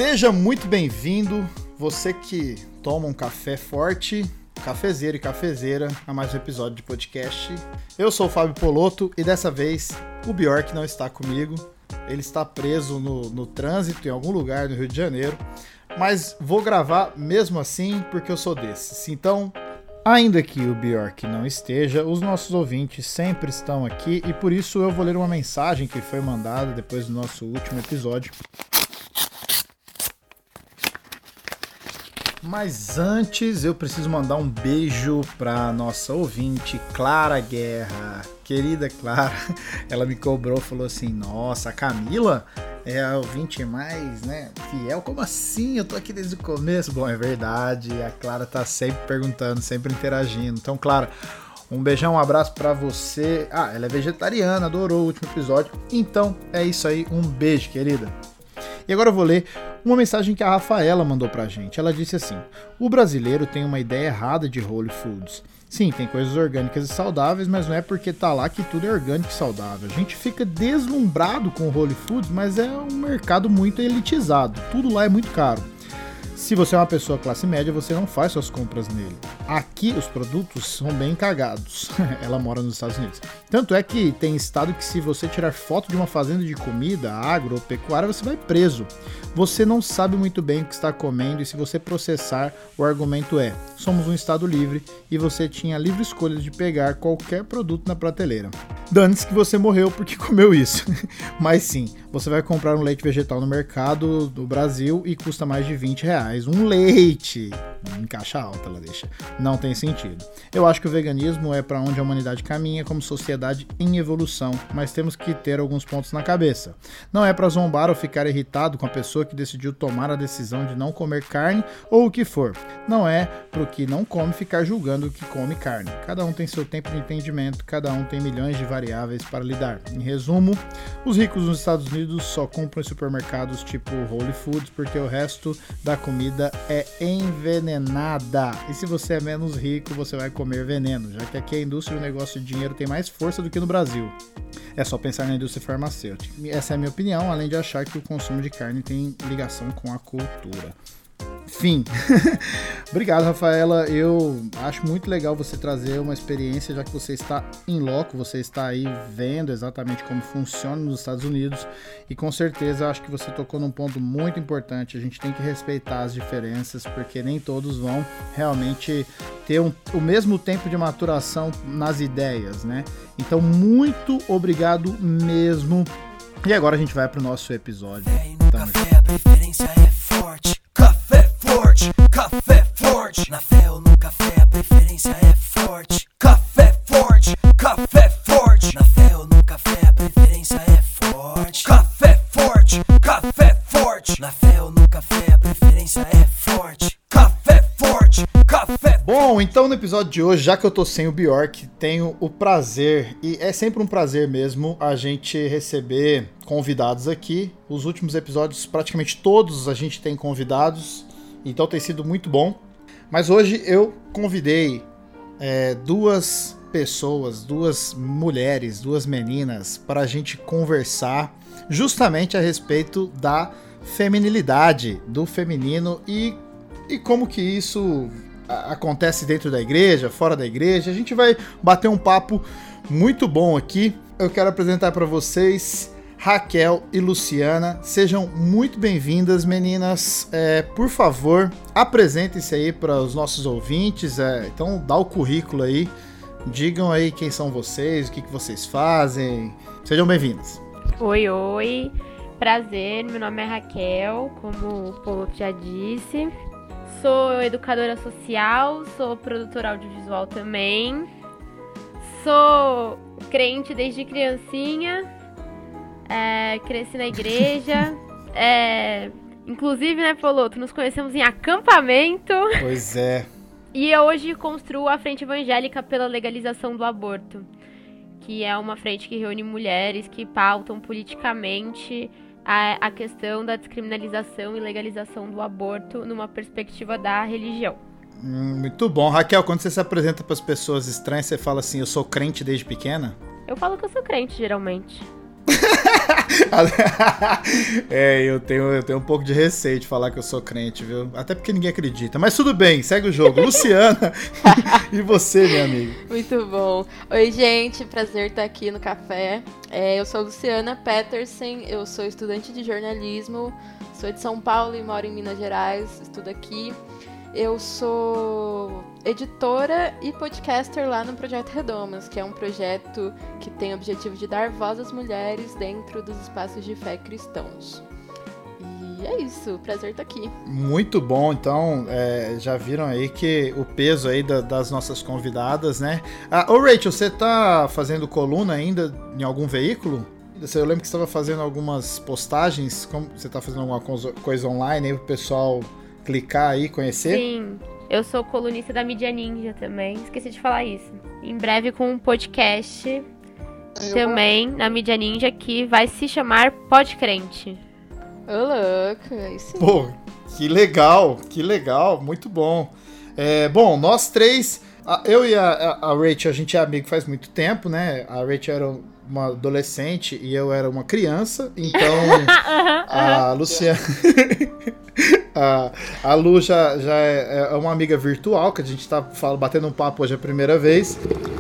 Seja muito bem-vindo, você que toma um café forte, cafezeiro e cafezeira, a mais um episódio de podcast. Eu sou o Fábio Polotto e dessa vez o Bjork não está comigo. Ele está preso no trânsito em algum lugar no Rio de Janeiro, mas vou gravar mesmo assim porque eu sou desses. Então, ainda que o Bjork não esteja, os nossos ouvintes sempre estão aqui e por isso eu vou ler uma mensagem que foi mandada depois do nosso último episódio. Mas antes eu preciso mandar um beijo para nossa ouvinte Clara Guerra. Querida Clara, ela me cobrou, falou assim: nossa, a Camila é a ouvinte mais, fiel. Como assim? Eu tô aqui desde o começo. Bom, é verdade, a Clara tá sempre perguntando, sempre interagindo. Então, Clara, um beijão, um abraço pra você. Ela é vegetariana, adorou o último episódio. Então, é isso aí, um beijo, querida. E agora eu vou ler uma mensagem que a Rafaela mandou pra gente. Ela disse assim: o brasileiro tem uma ideia errada de Whole Foods. Sim, tem coisas orgânicas e saudáveis, mas não é porque tá lá que tudo é orgânico e saudável. A gente fica deslumbrado com o Whole Foods, mas é um mercado muito elitizado. Tudo lá é muito caro. Se você é uma pessoa classe média, você não faz suas compras nele. Aqui os produtos são bem cagados. Ela mora nos Estados Unidos. Tanto é que tem estado que se você tirar foto de uma fazenda de comida, agro ou pecuária, você vai preso. Você não sabe muito bem o que está comendo e se você processar, o argumento é: somos um estado livre e você tinha livre escolha de pegar qualquer produto na prateleira. Dane-se que você morreu porque comeu isso. Mas sim, você vai comprar um leite vegetal no mercado do Brasil e custa mais de R$20. Um leite! Em caixa alta ela deixa. Não tem sentido. Eu acho que o veganismo é para onde a humanidade caminha como sociedade em evolução, mas temos que ter alguns pontos na cabeça. Não é para zombar ou ficar irritado com a pessoa que decidiu tomar a decisão de não comer carne ou o que for. Não é pro que não come ficar julgando o que come carne. Cada um tem seu tempo de entendimento, cada um tem milhões de variáveis para lidar. Em resumo, os ricos nos Estados Unidos só compram em supermercados tipo Whole Foods porque o resto da comida é envenenada. E se você é menos rico, você vai comer veneno, já que aqui a indústria do negócio de dinheiro tem mais força do que no Brasil. É só pensar na indústria farmacêutica. Essa é a minha opinião, além de achar que o consumo de carne tem ligação com a cultura. Fim. Obrigado, Rafaela. Eu acho muito legal você trazer uma experiência, já que você está em loco, você está aí vendo exatamente como funciona nos Estados Unidos e com certeza acho que você tocou num ponto muito importante. A gente tem que respeitar as diferenças, porque nem todos vão realmente ter o mesmo tempo de maturação nas ideias, né? Então, muito obrigado mesmo. E agora a gente vai pro nosso episódio. Café, a preferência é forte. Café forte, café forte. Na fé ou no café, a preferência é forte. Café forte, café forte. Na fé ou no café, a preferência é forte. Café forte, café forte. Na fé ou no café, a preferência é forte. Café forte, café. Bom, então no episódio de hoje, já que eu tô sem o Bjork, tenho o prazer, e é sempre um prazer mesmo, a gente receber convidados aqui. Os últimos episódios, praticamente todos, a gente tem convidados, então tem sido muito bom. Mas hoje eu convidei duas pessoas, duas mulheres, duas meninas, para a gente conversar justamente a respeito da feminilidade, do feminino e como que isso acontece dentro da igreja, fora da igreja. A gente vai bater um papo muito bom aqui. Eu quero apresentar para vocês Raquel e Luciana. Sejam muito bem-vindas, meninas. Por favor, apresentem-se aí para os nossos ouvintes. Então, dá o currículo aí. Digam aí quem são vocês, o que vocês fazem. Sejam bem-vindas. Oi. Prazer, meu nome é Raquel, como o Polotto já disse. Sou educadora social, sou produtora audiovisual também. Sou crente desde criancinha. Cresci na igreja. Inclusive, né, Polotto, nos conhecemos em acampamento. Pois é. E eu hoje construo a Frente Evangélica pela Legalização do Aborto, que é uma frente que reúne mulheres que pautam politicamente a questão da descriminalização e legalização do aborto numa perspectiva da religião. Muito bom. Raquel, quando você se apresenta para as pessoas estranhas, você fala assim: eu sou crente desde pequena? Eu falo que eu sou crente, geralmente. Eu tenho um pouco de receio de falar que eu sou crente, viu? Até porque ninguém acredita. Mas tudo bem, segue o jogo. Luciana, e você, minha amiga? Muito bom. Oi, gente, prazer estar aqui no café. Eu sou Luciana Petersen, eu sou estudante de jornalismo, sou de São Paulo e moro em Minas Gerais, estudo aqui. Eu sou editora e podcaster lá no Projeto Redomas, que é um projeto que tem o objetivo de dar voz às mulheres dentro dos espaços de fé cristãos. E é isso, prazer estar aqui. Muito bom, então, já viram aí que o peso aí das nossas convidadas, né? Ô Rachel, você tá fazendo coluna ainda em algum veículo? Eu lembro que você estava fazendo algumas postagens, como você tá fazendo alguma coisa online aí pro pessoal clicar aí, conhecer? Sim, eu sou colunista da Mídia Ninja também, esqueci de falar isso. Em breve com um podcast também na Mídia Ninja que vai se chamar Pod Crente. Ô, louco, aí sim. Pô, que legal, muito bom. Bom, nós três, eu e a Rachel, a gente é amigo faz muito tempo, né? A Rachel era uma adolescente e eu era uma criança, então a Luciana... A Lu já é uma amiga virtual, que a gente tá batendo um papo hoje a primeira vez.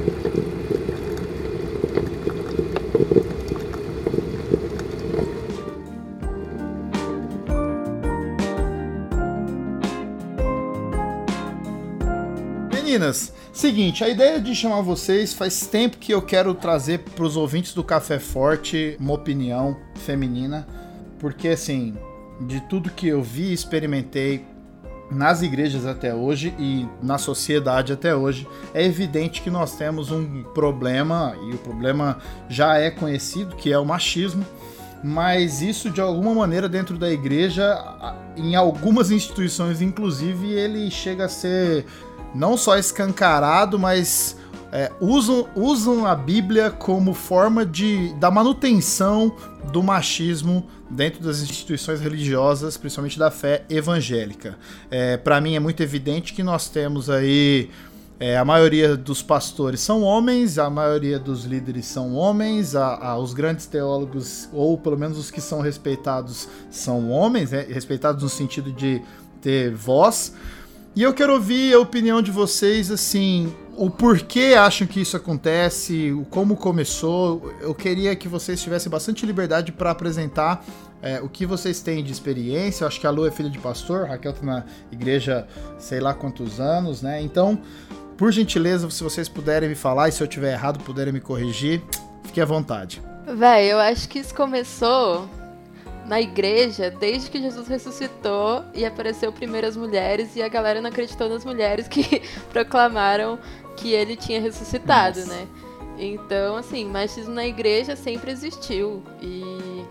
Meninas, seguinte, a ideia de chamar vocês faz tempo que eu quero trazer para os ouvintes do Café Forte uma opinião feminina, porque assim, de tudo que eu vi e experimentei nas igrejas até hoje e na sociedade até hoje, é evidente que nós temos um problema, e o problema já é conhecido, que é o machismo, mas isso de alguma maneira dentro da igreja, em algumas instituições inclusive, ele chega a ser não só escancarado, mas usam a Bíblia como forma da manutenção do machismo dentro das instituições religiosas, principalmente da fé evangélica. Para mim é muito evidente que nós temos aí a maioria dos pastores são homens, a maioria dos líderes são homens, os grandes teólogos, ou pelo menos os que são respeitados, são homens, né? Respeitados no sentido de ter voz. E eu quero ouvir a opinião de vocês, assim, o porquê acham que isso acontece, como começou. Eu queria que vocês tivessem bastante liberdade para apresentar o que vocês têm de experiência. Eu acho que a Lu é filha de pastor, a Raquel tá na igreja sei lá quantos anos, né? Então, por gentileza, se vocês puderem me falar, e se eu tiver errado, puderem me corrigir, fique à vontade. Véi, eu acho que isso começou na igreja desde que Jesus ressuscitou e apareceu primeiro as mulheres, e a galera não acreditou nas mulheres que proclamaram que ele tinha ressuscitado. Nossa. Né? Então, assim, machismo na igreja sempre existiu e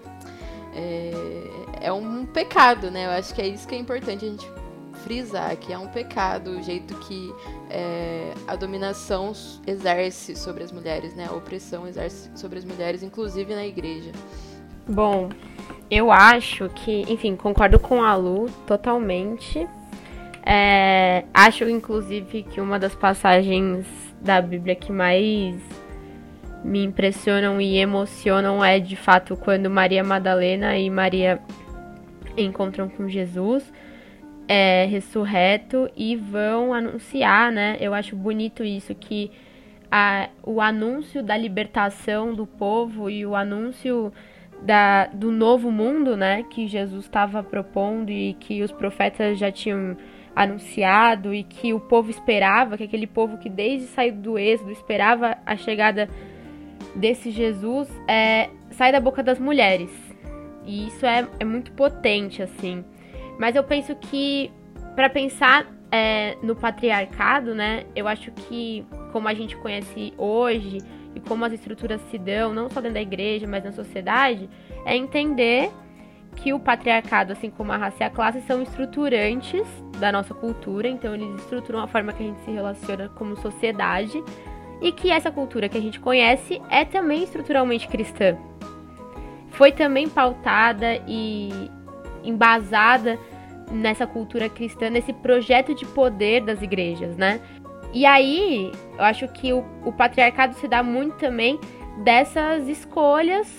é um pecado, né? Eu acho que é isso que é importante a gente frisar, que é um pecado o jeito que a dominação exerce sobre as mulheres, né? A opressão exerce sobre as mulheres, inclusive na igreja. Bom, eu acho que, enfim, concordo com a Lu totalmente. Acho, inclusive, que uma das passagens da Bíblia que mais me impressionam e emocionam é, de fato, quando Maria Madalena e Maria encontram com Jesus, ressurreto, e vão anunciar, né? Eu acho bonito isso, que o anúncio da libertação do povo e o anúncio do novo mundo, né, que Jesus estava propondo e que os profetas já tinham anunciado e que o povo esperava, que aquele povo que desde sair do êxodo esperava a chegada desse Jesus, sai da boca das mulheres. E isso é muito potente, assim. Mas eu penso que, para pensar no patriarcado, né, eu acho que, como a gente conhece hoje, e como as estruturas se dão, não só dentro da igreja, mas na sociedade, é entender que o patriarcado, assim como a raça e a classe, são estruturantes da nossa cultura, então eles estruturam a forma que a gente se relaciona como sociedade, e que essa cultura que a gente conhece é também estruturalmente cristã. Foi também pautada e embasada nessa cultura cristã, nesse projeto de poder das igrejas, né? E aí, eu acho que o patriarcado se dá muito também dessas escolhas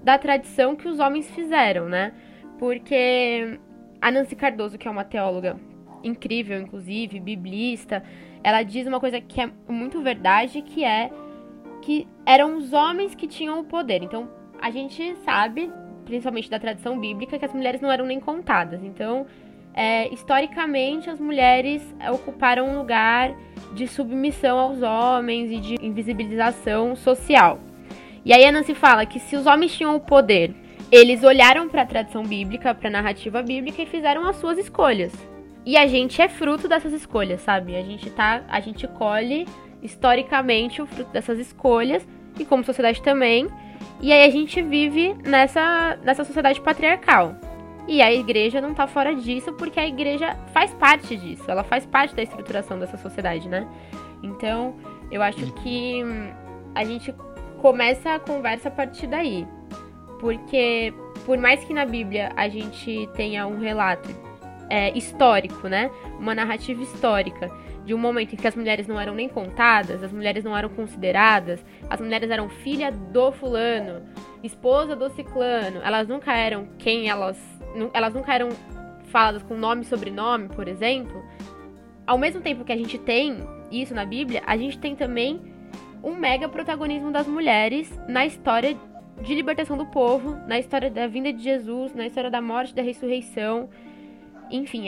da tradição que os homens fizeram, né? Porque a Nancy Cardoso, que é uma teóloga incrível, inclusive, biblista, ela diz uma coisa que é muito verdade, que é que eram os homens que tinham o poder. Então, a gente sabe, principalmente da tradição bíblica, que as mulheres não eram nem contadas. Então, historicamente, as mulheres ocuparam um lugar de submissão aos homens e de invisibilização social. E aí a Nancy fala que se os homens tinham o poder, eles olharam para a tradição bíblica, para a narrativa bíblica e fizeram as suas escolhas. E a gente é fruto dessas escolhas, sabe? A gente colhe historicamente o fruto dessas escolhas, e como sociedade também. E aí a gente vive nessa sociedade patriarcal. E a igreja não tá fora disso, porque a igreja faz parte disso. Ela faz parte da estruturação dessa sociedade, né? Então, eu acho que a gente começa a conversa a partir daí. Porque, por mais que na Bíblia a gente tenha um relato histórico, né? Uma narrativa histórica de um momento em que as mulheres não eram nem contadas, as mulheres não eram consideradas, as mulheres eram filha do fulano, esposa do ciclano, elas nunca eram elas nunca eram faladas com nome e sobrenome, por exemplo. Ao mesmo tempo que a gente tem isso na Bíblia, a gente tem também um mega protagonismo das mulheres na história de libertação do povo, na história da vinda de Jesus, na história da morte e da ressurreição. Enfim,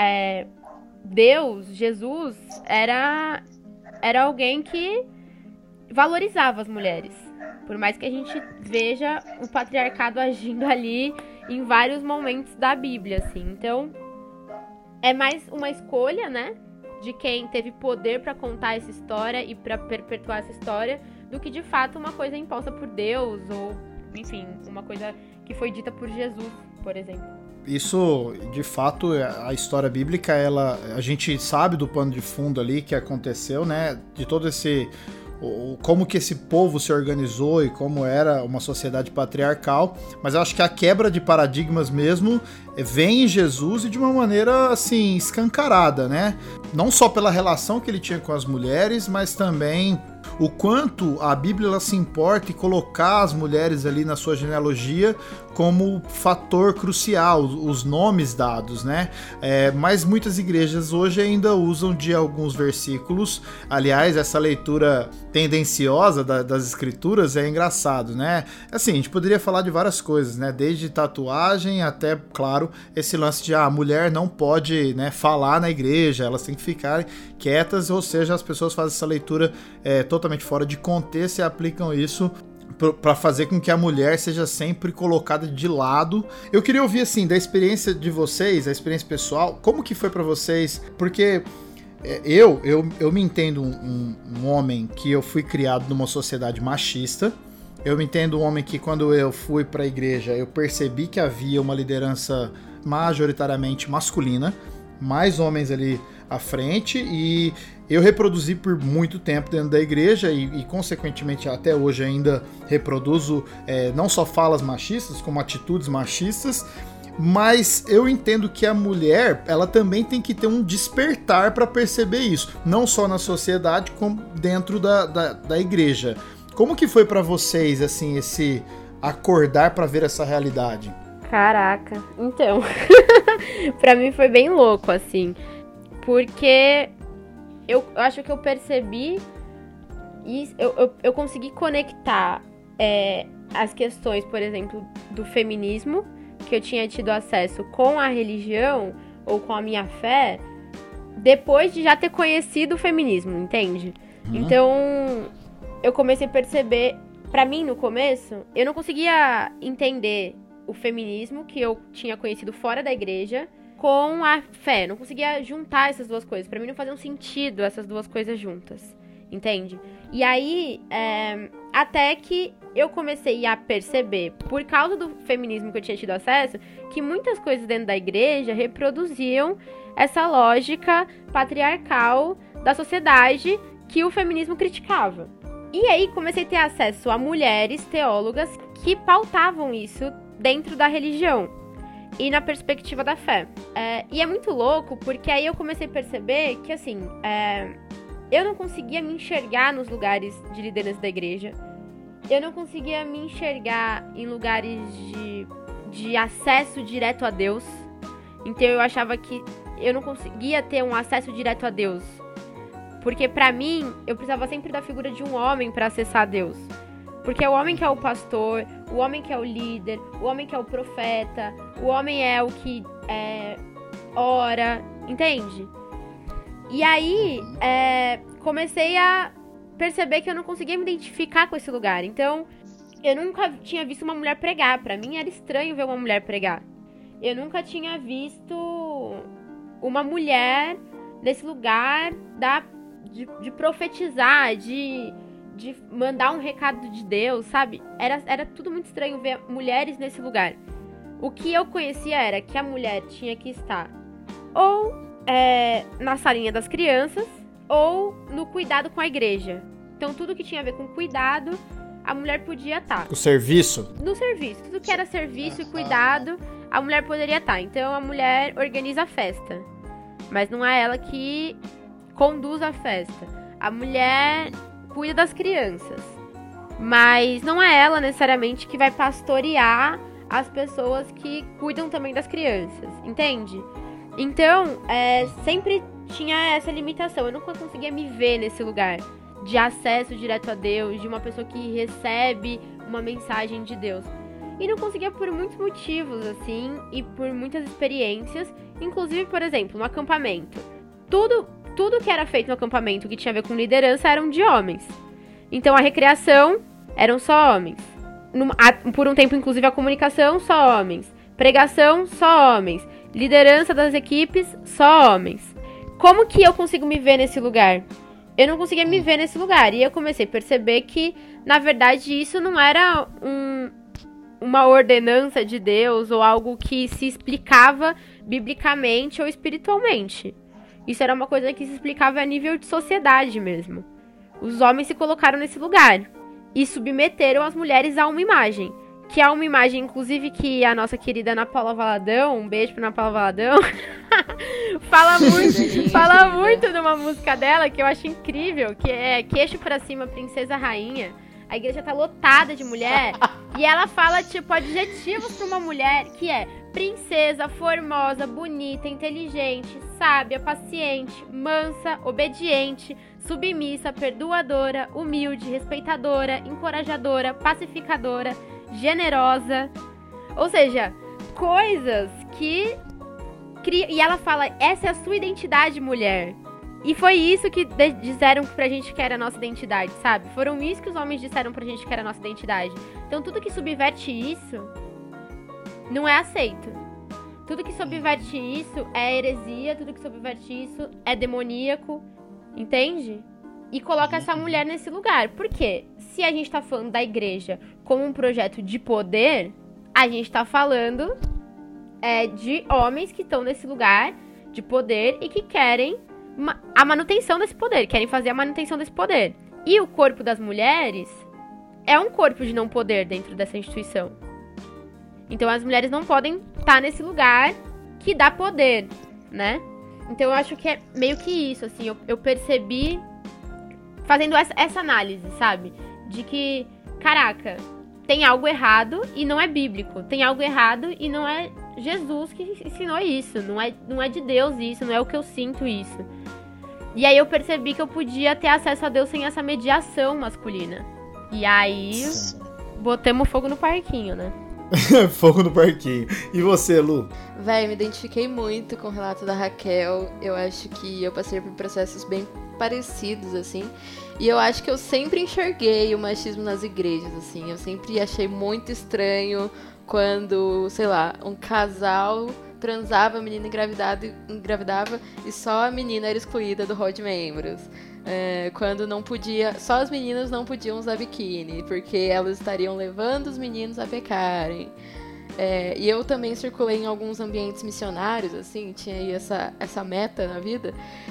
Deus, Jesus, era alguém que valorizava as mulheres. Por mais que a gente veja o patriarcado agindo ali em vários momentos da Bíblia, assim. Então, é mais uma escolha, né, de quem teve poder para contar essa história e para perpetuar essa história, do que de fato uma coisa imposta por Deus, ou, enfim, uma coisa que foi dita por Jesus, por exemplo. Isso, de fato, a história bíblica, a gente sabe do pano de fundo ali que aconteceu, né, de todo esse... como que esse povo se organizou e como era uma sociedade patriarcal, mas eu acho que a quebra de paradigmas mesmo vem em Jesus e de uma maneira, assim, escancarada, né? Não só pela relação que ele tinha com as mulheres, mas também o quanto a Bíblia ela se importa em colocar as mulheres ali na sua genealogia como fator crucial, os nomes dados, né? Mas muitas igrejas hoje ainda usam de alguns versículos. Aliás, essa leitura tendenciosa das escrituras é engraçado, né? Assim, a gente poderia falar de várias coisas, né? Desde tatuagem até, claro, esse lance de a mulher não pode, né, falar na igreja, elas têm que ficar quietas, ou seja, as pessoas fazem essa leitura totalmente fora de contexto e aplicam isso para fazer com que a mulher seja sempre colocada de lado. Eu queria ouvir, assim, da experiência de vocês, a experiência pessoal, como que foi para vocês? Porque eu me entendo um homem que eu fui criado numa sociedade machista. Eu me entendo um homem que, quando eu fui para a igreja, eu percebi que havia uma liderança majoritariamente masculina, mais homens ali à frente, e eu reproduzi por muito tempo dentro da igreja e consequentemente até hoje ainda reproduzo não só falas machistas, como atitudes machistas, mas eu entendo que a mulher, ela também tem que ter um despertar para perceber isso, não só na sociedade, como dentro da igreja. Como que foi para vocês, assim, esse acordar para ver essa realidade? Caraca, então, pra mim foi bem louco, assim, porque eu acho que eu percebi e eu consegui conectar as questões, por exemplo, do feminismo, que eu tinha tido acesso, com a religião ou com a minha fé, depois de já ter conhecido o feminismo, entende? Então, eu comecei a perceber, pra mim, no começo, eu não conseguia entender o feminismo que eu tinha conhecido fora da igreja com a fé. Não conseguia juntar essas duas coisas. Pra mim não faziam sentido essas duas coisas juntas, entende? E aí, até que eu comecei a perceber, por causa do feminismo que eu tinha tido acesso, que muitas coisas dentro da igreja reproduziam essa lógica patriarcal da sociedade que o feminismo criticava. E aí comecei a ter acesso a mulheres teólogas que pautavam isso dentro da religião e na perspectiva da fé. E é muito louco, porque aí eu comecei a perceber que, assim, eu não conseguia me enxergar nos lugares de liderança da igreja. eu não conseguia me enxergar em lugares de acesso direto a Deus. Então eu achava que eu não conseguia ter um acesso direto a Deus. Porque pra mim, eu precisava sempre da figura de um homem pra acessar Deus. Porque é o homem que é o pastor, o homem que é o líder, o homem que é o profeta, o homem é o que ora, entende? E aí, comecei a perceber que eu não conseguia me identificar com esse lugar. Então, eu nunca tinha visto uma mulher pregar. Pra mim era estranho ver uma mulher pregar. Eu nunca tinha visto uma mulher nesse lugar de profetizar, de mandar um recado de Deus, sabe? Era tudo muito estranho ver mulheres nesse lugar. O que eu conhecia era que a mulher tinha que estar ou na salinha das crianças ou no cuidado com a igreja. Então tudo que tinha a ver com cuidado, a mulher podia estar. O serviço? No serviço. Tudo que era serviço e cuidado, a mulher poderia estar. Então a mulher organiza a festa. Mas não é ela que conduz a festa. A mulher cuida das crianças. Mas não é ela necessariamente que vai pastorear as pessoas que cuidam também das crianças. Entende? Então, sempre tinha essa limitação. Eu nunca conseguia me ver nesse lugar de acesso direto a Deus, de uma pessoa que recebe uma mensagem de Deus. E não conseguia por muitos motivos, assim, e por muitas experiências. Inclusive, por exemplo, no acampamento. Tudo que era feito no acampamento que tinha a ver com liderança eram de homens. Então, a recreação eram só homens. Por um tempo, inclusive, a comunicação, só homens. Pregação, só homens. Liderança das equipes, só homens. Como que eu consigo me ver nesse lugar? Eu não conseguia me ver nesse lugar. E eu comecei a perceber que, na verdade, isso não era uma ordenança de Deus ou algo que se explicava biblicamente ou espiritualmente. Isso era uma coisa que se explicava a nível de sociedade mesmo. Os homens se colocaram nesse lugar e submeteram as mulheres a uma imagem. Que é uma imagem, inclusive, que a nossa querida Ana Paula Valadão, um beijo pra Ana Paula Valadão, fala muito numa música dela que eu acho incrível, que é Queixo pra Cima, Princesa Rainha. A igreja tá lotada de mulher e ela fala, tipo, adjetivos pra uma mulher que é princesa, formosa, bonita, inteligente, sábia, paciente, mansa, obediente, submissa, perdoadora, humilde, respeitadora, encorajadora, pacificadora, generosa. Ou seja, coisas que... E ela fala, essa é a sua identidade, mulher. E foi isso que disseram pra gente que era a nossa identidade, sabe? Foram isso que os homens disseram pra gente que era a nossa identidade. Então tudo que subverte isso não é aceito. Tudo que subverte isso é heresia, tudo que subverte isso é demoníaco, entende? E coloca essa mulher nesse lugar. Por quê? Se a gente tá falando da igreja como um projeto de poder, a gente tá falando de homens que estão nesse lugar de poder e que querem a manutenção desse poder, querem fazer a manutenção desse poder. E o corpo das mulheres é um corpo de não poder dentro dessa instituição. Então as mulheres não podem estar nesse lugar que dá poder, né? Então eu acho que é meio que isso, assim, eu percebi fazendo essa análise, sabe? De que, caraca, tem algo errado e não é bíblico. Tem algo errado e não é Jesus que ensinou isso. Não é de Deus isso, não é o que eu sinto isso. E aí eu percebi que eu podia ter acesso a Deus sem essa mediação masculina. E aí, botamos fogo no parquinho, né? Fogo no parquinho. E você, Lu? Véi, me identifiquei muito com o relato da Raquel. Eu acho que eu passei por processos bem parecidos, assim. E eu acho que eu sempre enxerguei o machismo nas igrejas, assim. Eu sempre achei muito estranho quando, sei lá, um casal transava, a menina engravidava e só a menina era excluída do rol de membros. Quando não podia, só as meninas não podiam usar biquíni, porque elas estariam levando os meninos a pecarem. E eu também circulei em alguns ambientes missionários, assim, tinha aí essa meta na vida.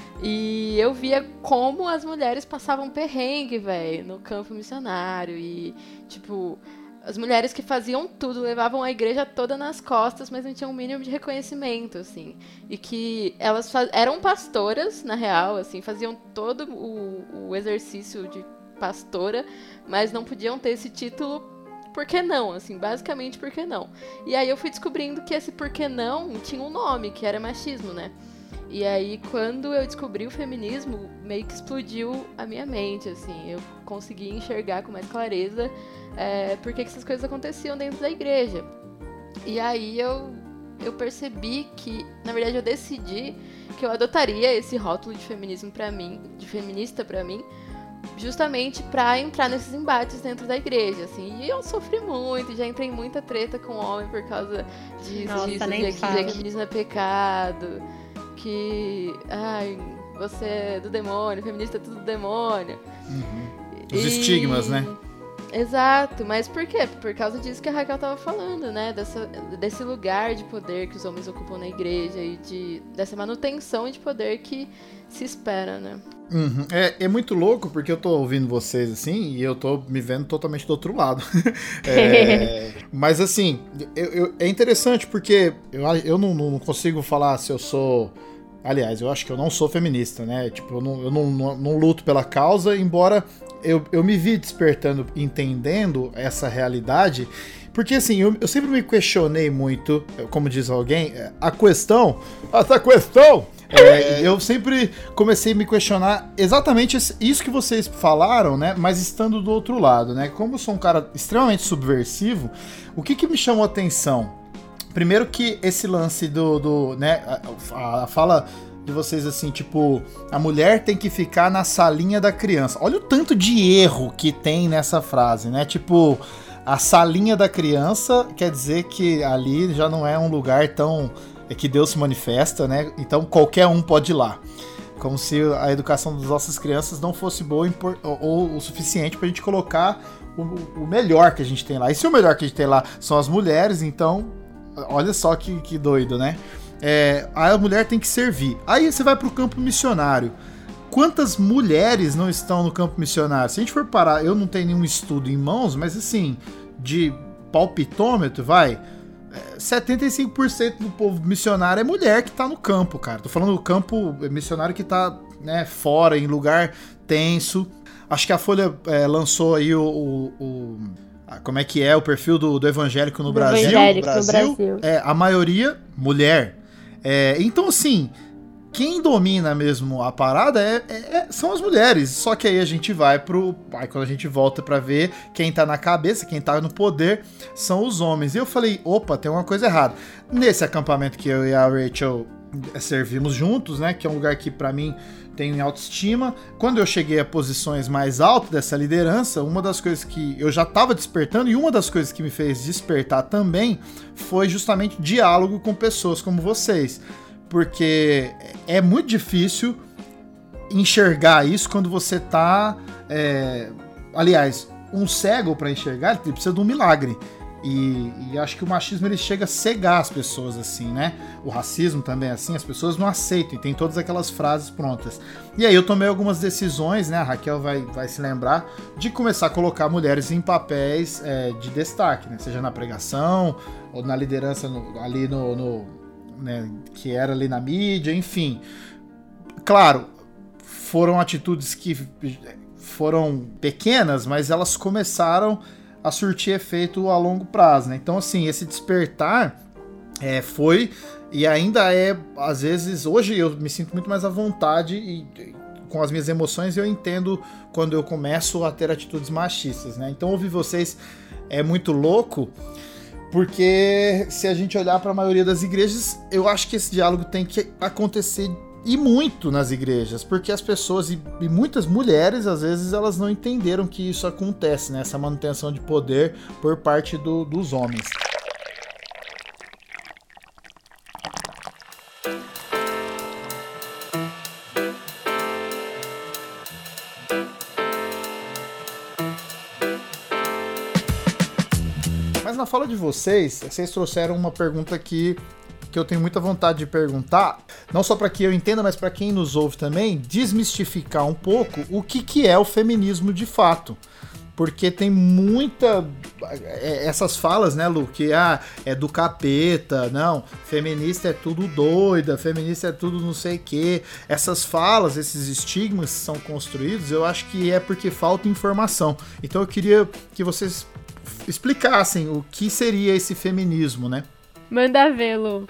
E eu via como as mulheres passavam perrengue, velho, no campo missionário. E, tipo, as mulheres que faziam tudo, levavam a igreja toda nas costas, mas não tinham um mínimo de reconhecimento, assim. E que elas eram pastoras, na real, assim, faziam todo o exercício de pastora, mas não podiam ter esse título. Por que não? Assim, basicamente, por que não? E aí eu fui descobrindo que esse por que não tinha um nome, que era machismo, né? E aí, quando eu descobri o feminismo, meio que explodiu a minha mente, assim. Eu consegui enxergar com mais clareza por que essas coisas aconteciam dentro da igreja. E aí eu percebi que, na verdade, eu decidi que eu adotaria esse rótulo de feminismo pra mim, de feminista pra mim, justamente pra entrar nesses embates dentro da igreja, assim. E eu sofri muito, já entrei em muita treta com o homem por causa disso. Nossa, de nem que fala. feminismo é pecado, que, ai, você é do demônio, feminista é tudo do demônio. Os estigmas, né? Exato, mas por quê? Por causa disso que a Raquel tava falando, né? Desse lugar de poder que os homens ocupam na igreja e dessa manutenção de poder que se espera, né? Uhum. É muito louco porque eu tô ouvindo vocês assim e eu tô me vendo totalmente do outro lado. Mas assim, é interessante porque eu não consigo falar se eu sou... Aliás, eu acho que eu não sou feminista, né? Tipo, eu não luto pela causa, embora eu me vi despertando, entendendo essa realidade, porque assim, eu sempre me questionei muito, como diz alguém, essa questão, eu sempre comecei a me questionar exatamente isso que vocês falaram, né? Mas estando do outro lado, né? Como eu sou um cara extremamente subversivo, o que me chamou a atenção? Primeiro que esse lance né, a fala de vocês assim, tipo, a mulher tem que ficar na salinha da criança. Olha o tanto de erro que tem nessa frase, né? Tipo, a salinha da criança quer dizer que ali já não é um lugar tão... que Deus se manifesta, né? Então qualquer um pode ir lá. Como se a educação das nossas crianças não fosse boa ou o suficiente pra gente colocar o melhor que a gente tem lá. E se o melhor que a gente tem lá são as mulheres, então... Olha só que doido, né? A mulher tem que servir. Aí você vai pro campo missionário. Quantas mulheres não estão no campo missionário? Se a gente for parar, eu não tenho nenhum estudo em mãos, mas assim, de palpitômetro, 75% do povo missionário é mulher que tá no campo, cara. Tô falando do campo missionário que tá, né, fora, em lugar tenso. Acho que a Folha lançou aí como é que é o perfil do evangélico no Brasil? Evangélico no Brasil. A maioria, mulher. Então, assim, quem domina mesmo a parada são as mulheres. Só que aí a gente vai aí quando a gente volta pra ver quem tá na cabeça, quem tá no poder, são os homens. E eu falei, opa, tem uma coisa errada. Nesse acampamento que eu e a Rachel servimos juntos, né, que é um lugar que pra mim tenho em autoestima. Quando eu cheguei a posições mais altas dessa liderança, uma das coisas que eu já estava despertando, e uma das coisas que me fez despertar também, foi justamente diálogo com pessoas como vocês. Porque é muito difícil enxergar isso quando você tá... aliás, um cego para enxergar, ele precisa de um milagre. E acho que o machismo ele chega a cegar as pessoas, assim, né? O racismo também é assim, as pessoas não aceitam e tem todas aquelas frases prontas. E aí eu tomei algumas decisões, né? A Raquel vai se lembrar de começar a colocar mulheres em papéis de destaque, né? Seja na pregação ou na liderança ali né? Que era ali na mídia, enfim. Claro, foram atitudes que foram pequenas, mas elas começaram a surtir efeito a longo prazo, né? Então, assim, esse despertar foi e ainda é, às vezes, hoje eu me sinto muito mais à vontade e com as minhas emoções eu entendo quando eu começo a ter atitudes machistas, né? Então, ouvir vocês é muito louco, porque se a gente olhar para a maioria das igrejas, eu acho que esse diálogo tem que acontecer e muito nas igrejas, porque as pessoas e muitas mulheres, às vezes, elas não entenderam que isso acontece, né? Essa manutenção de poder por parte dos homens. Mas na fala de vocês trouxeram uma pergunta que eu tenho muita vontade de perguntar, não só para que eu entenda, mas para quem nos ouve também, desmistificar um pouco o que é o feminismo de fato. porque tem muita... Essas falas, né, Lu, que é do capeta, não, feminista é tudo doida, feminista é tudo não sei o quê. Essas falas, esses estigmas que são construídos, eu acho que é porque falta informação. Então eu queria que vocês explicassem o que seria esse feminismo, né? Manda ver, Lu.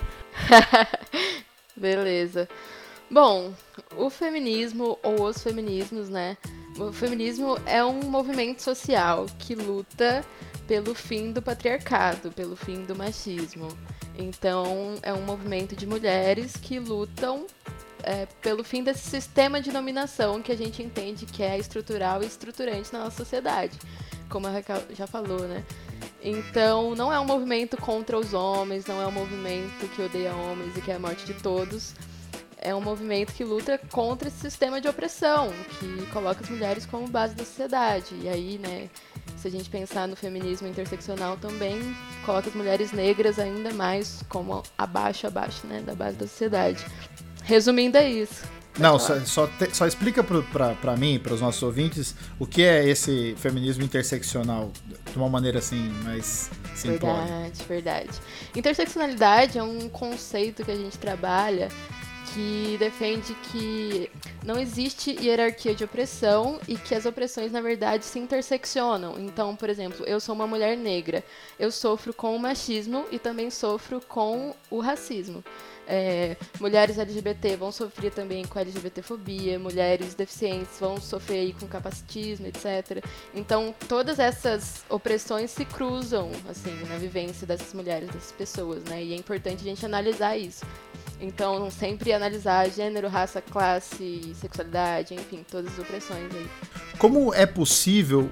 Beleza. Bom, o feminismo ou os feminismos, né? O feminismo é um movimento social que luta pelo fim do patriarcado, pelo fim do machismo. Então, é um movimento de mulheres que lutam pelo fim desse sistema de dominação que a gente entende que é estrutural e estruturante na nossa sociedade, como a Raquel já falou, né? Então, não é um movimento contra os homens, não é um movimento que odeia homens e quer a morte de todos. É um movimento que luta contra esse sistema de opressão, que coloca as mulheres como base da sociedade. E aí, né, se a gente pensar no feminismo interseccional também, coloca as mulheres negras ainda mais como abaixo, né, da base da sociedade. Resumindo, é isso. Não, só explica pra mim, para os nossos ouvintes, o que é esse feminismo interseccional, de uma maneira assim, mais simplória. Verdade. Interseccionalidade é um conceito que a gente trabalha que defende que não existe hierarquia de opressão e que as opressões, na verdade, se interseccionam. Então, por exemplo, eu sou uma mulher negra, eu sofro com o machismo e também sofro com o racismo. Mulheres LGBT vão sofrer também com a LGBTfobia, mulheres deficientes vão sofrer aí com capacitismo, etc. Então, todas essas opressões se cruzam, assim, na vivência dessas mulheres, dessas pessoas, né? E é importante a gente analisar isso. Então, sempre analisar gênero, raça, classe, sexualidade, enfim, todas as opressões aí. Como é possível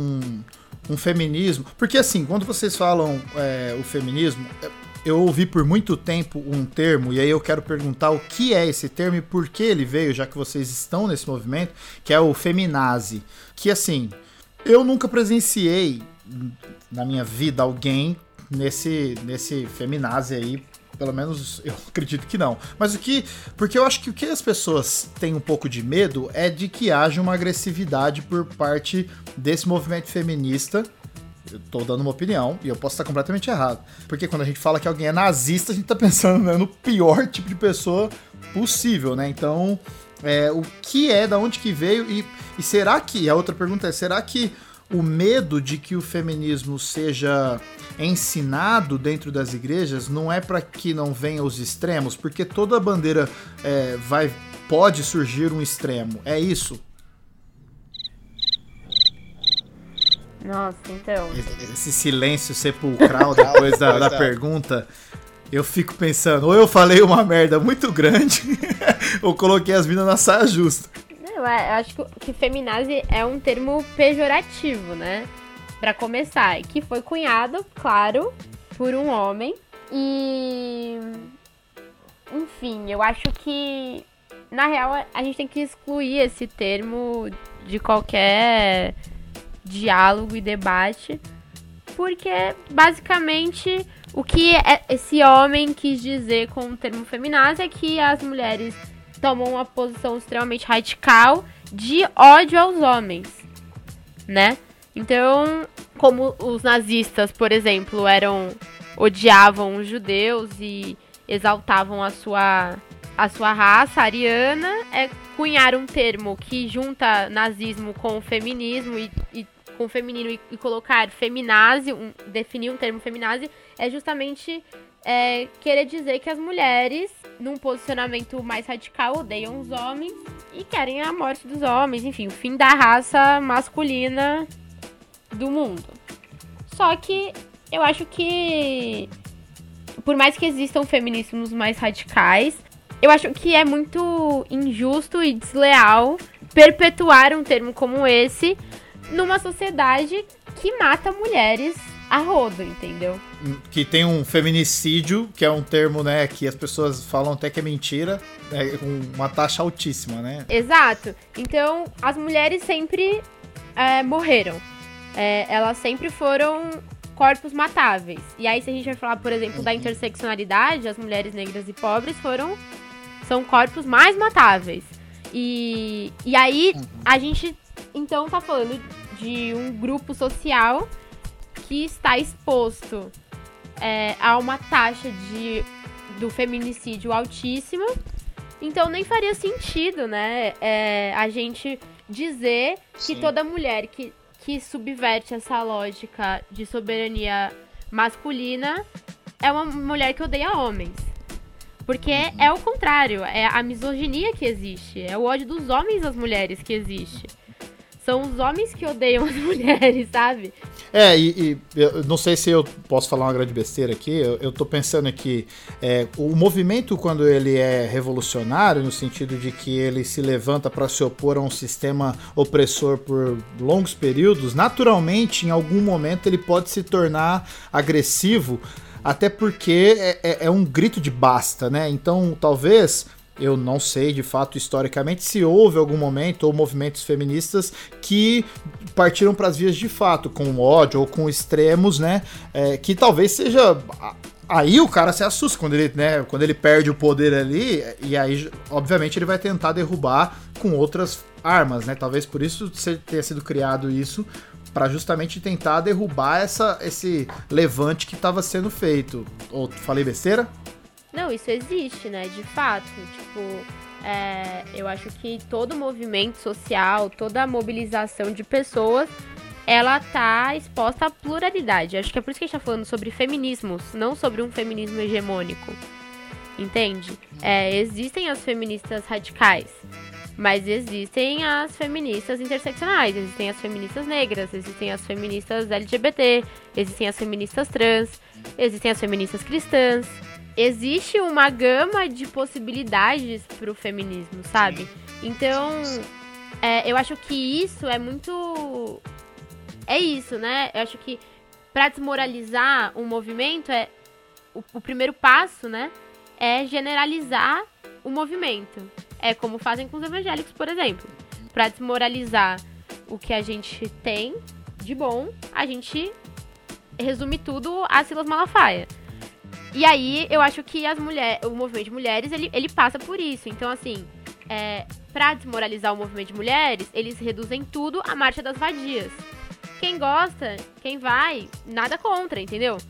um feminismo... Porque, assim, quando vocês falam o feminismo, eu ouvi por muito tempo um termo, e aí eu quero perguntar o que é esse termo e por que ele veio, já que vocês estão nesse movimento, que é o feminazi. Que, assim, eu nunca presenciei na minha vida alguém nesse feminazi aí. Pelo menos eu acredito que não. Mas porque eu acho que o que as pessoas têm um pouco de medo é de que haja uma agressividade por parte desse movimento feminista. Eu tô dando uma opinião e eu posso estar completamente errado. Porque quando a gente fala que alguém é nazista, a gente tá pensando, né, no pior tipo de pessoa possível, né? Então, o que da onde que veio e será que, a outra pergunta é, será que o medo de que o feminismo seja ensinado dentro das igrejas não é para que não venham os extremos? Porque toda bandeira pode surgir um extremo. É isso? Nossa, então... Esse silêncio sepulcral depois da pergunta, eu fico pensando, ou eu falei uma merda muito grande, ou coloquei as minas na saia justa. Eu acho que feminazi é um termo pejorativo, né? Pra começar, que foi cunhado, claro, por um homem. E... enfim, eu acho que, na real, a gente tem que excluir esse termo de qualquer diálogo e debate, porque, basicamente, o que esse homem quis dizer com o termo feminazi é que as mulheres tomam uma posição extremamente radical de ódio aos homens, né? Então, como os nazistas, por exemplo, odiavam os judeus e exaltavam a sua raça ariana, cunharam um termo que junta nazismo com o feminismo e com o feminino e colocar feminazi, definir um termo feminazi, é justamente querer dizer que as mulheres, num posicionamento mais radical, odeiam os homens e querem a morte dos homens, enfim, o fim da raça masculina do mundo. Só que eu acho que, por mais que existam feminismos mais radicais, eu acho que é muito injusto e desleal perpetuar um termo como esse numa sociedade que mata mulheres a rodo, entendeu? Que tem um feminicídio, que é um termo, né, que as pessoas falam até que é mentira, com uma taxa altíssima, né? Exato. Então, as mulheres sempre morreram. Elas sempre foram corpos matáveis. E aí, se a gente vai falar, por exemplo, da interseccionalidade, as mulheres negras e pobres são corpos mais matáveis. E aí, a gente, então, tá falando de um grupo social que está exposto a uma taxa do feminicídio altíssima. Então nem faria sentido, né, a gente dizer que toda mulher que subverte essa lógica de soberania masculina é uma mulher que odeia homens. Porque é o contrário, é a misoginia que existe, é o ódio dos homens às mulheres que existe. São os homens que odeiam as mulheres, sabe? E eu não sei se eu posso falar uma grande besteira aqui, eu tô pensando aqui, o movimento, quando ele é revolucionário, no sentido de que ele se levanta para se opor a um sistema opressor por longos períodos, naturalmente, em algum momento, ele pode se tornar agressivo, até porque é um grito de basta, né? Então, talvez... Eu não sei, de fato, historicamente, se houve algum momento ou movimentos feministas que partiram para as vias de fato, com ódio ou com extremos, né? Que talvez seja... Aí o cara se assusta quando ele perde o poder ali, e aí, obviamente, ele vai tentar derrubar com outras armas, né? Talvez por isso tenha sido criado isso, para justamente tentar derrubar esse levante que estava sendo feito. Ou falei besteira? Não, isso existe, né, de fato, tipo, eu acho que todo movimento social, toda mobilização de pessoas, ela tá exposta à pluralidade. Acho que é por isso que a gente tá falando sobre feminismos, não sobre um feminismo hegemônico, entende? Existem as feministas radicais, mas existem as feministas interseccionais, existem as feministas negras, existem as feministas LGBT, existem as feministas trans, existem as feministas cristãs. Existe uma gama de possibilidades pro feminismo, sabe? Então, eu acho que isso é muito... É isso, né? Eu acho que pra desmoralizar um movimento, o primeiro passo, né? É generalizar o movimento. É como fazem com os evangélicos, por exemplo. Pra desmoralizar o que a gente tem de bom, a gente resume tudo a Silas Malafaia. E aí, eu acho que o movimento de mulheres, ele passa por isso. Então, assim, pra desmoralizar o movimento de mulheres, eles reduzem tudo à marcha das vadias. Quem gosta, quem vai, nada contra, entendeu?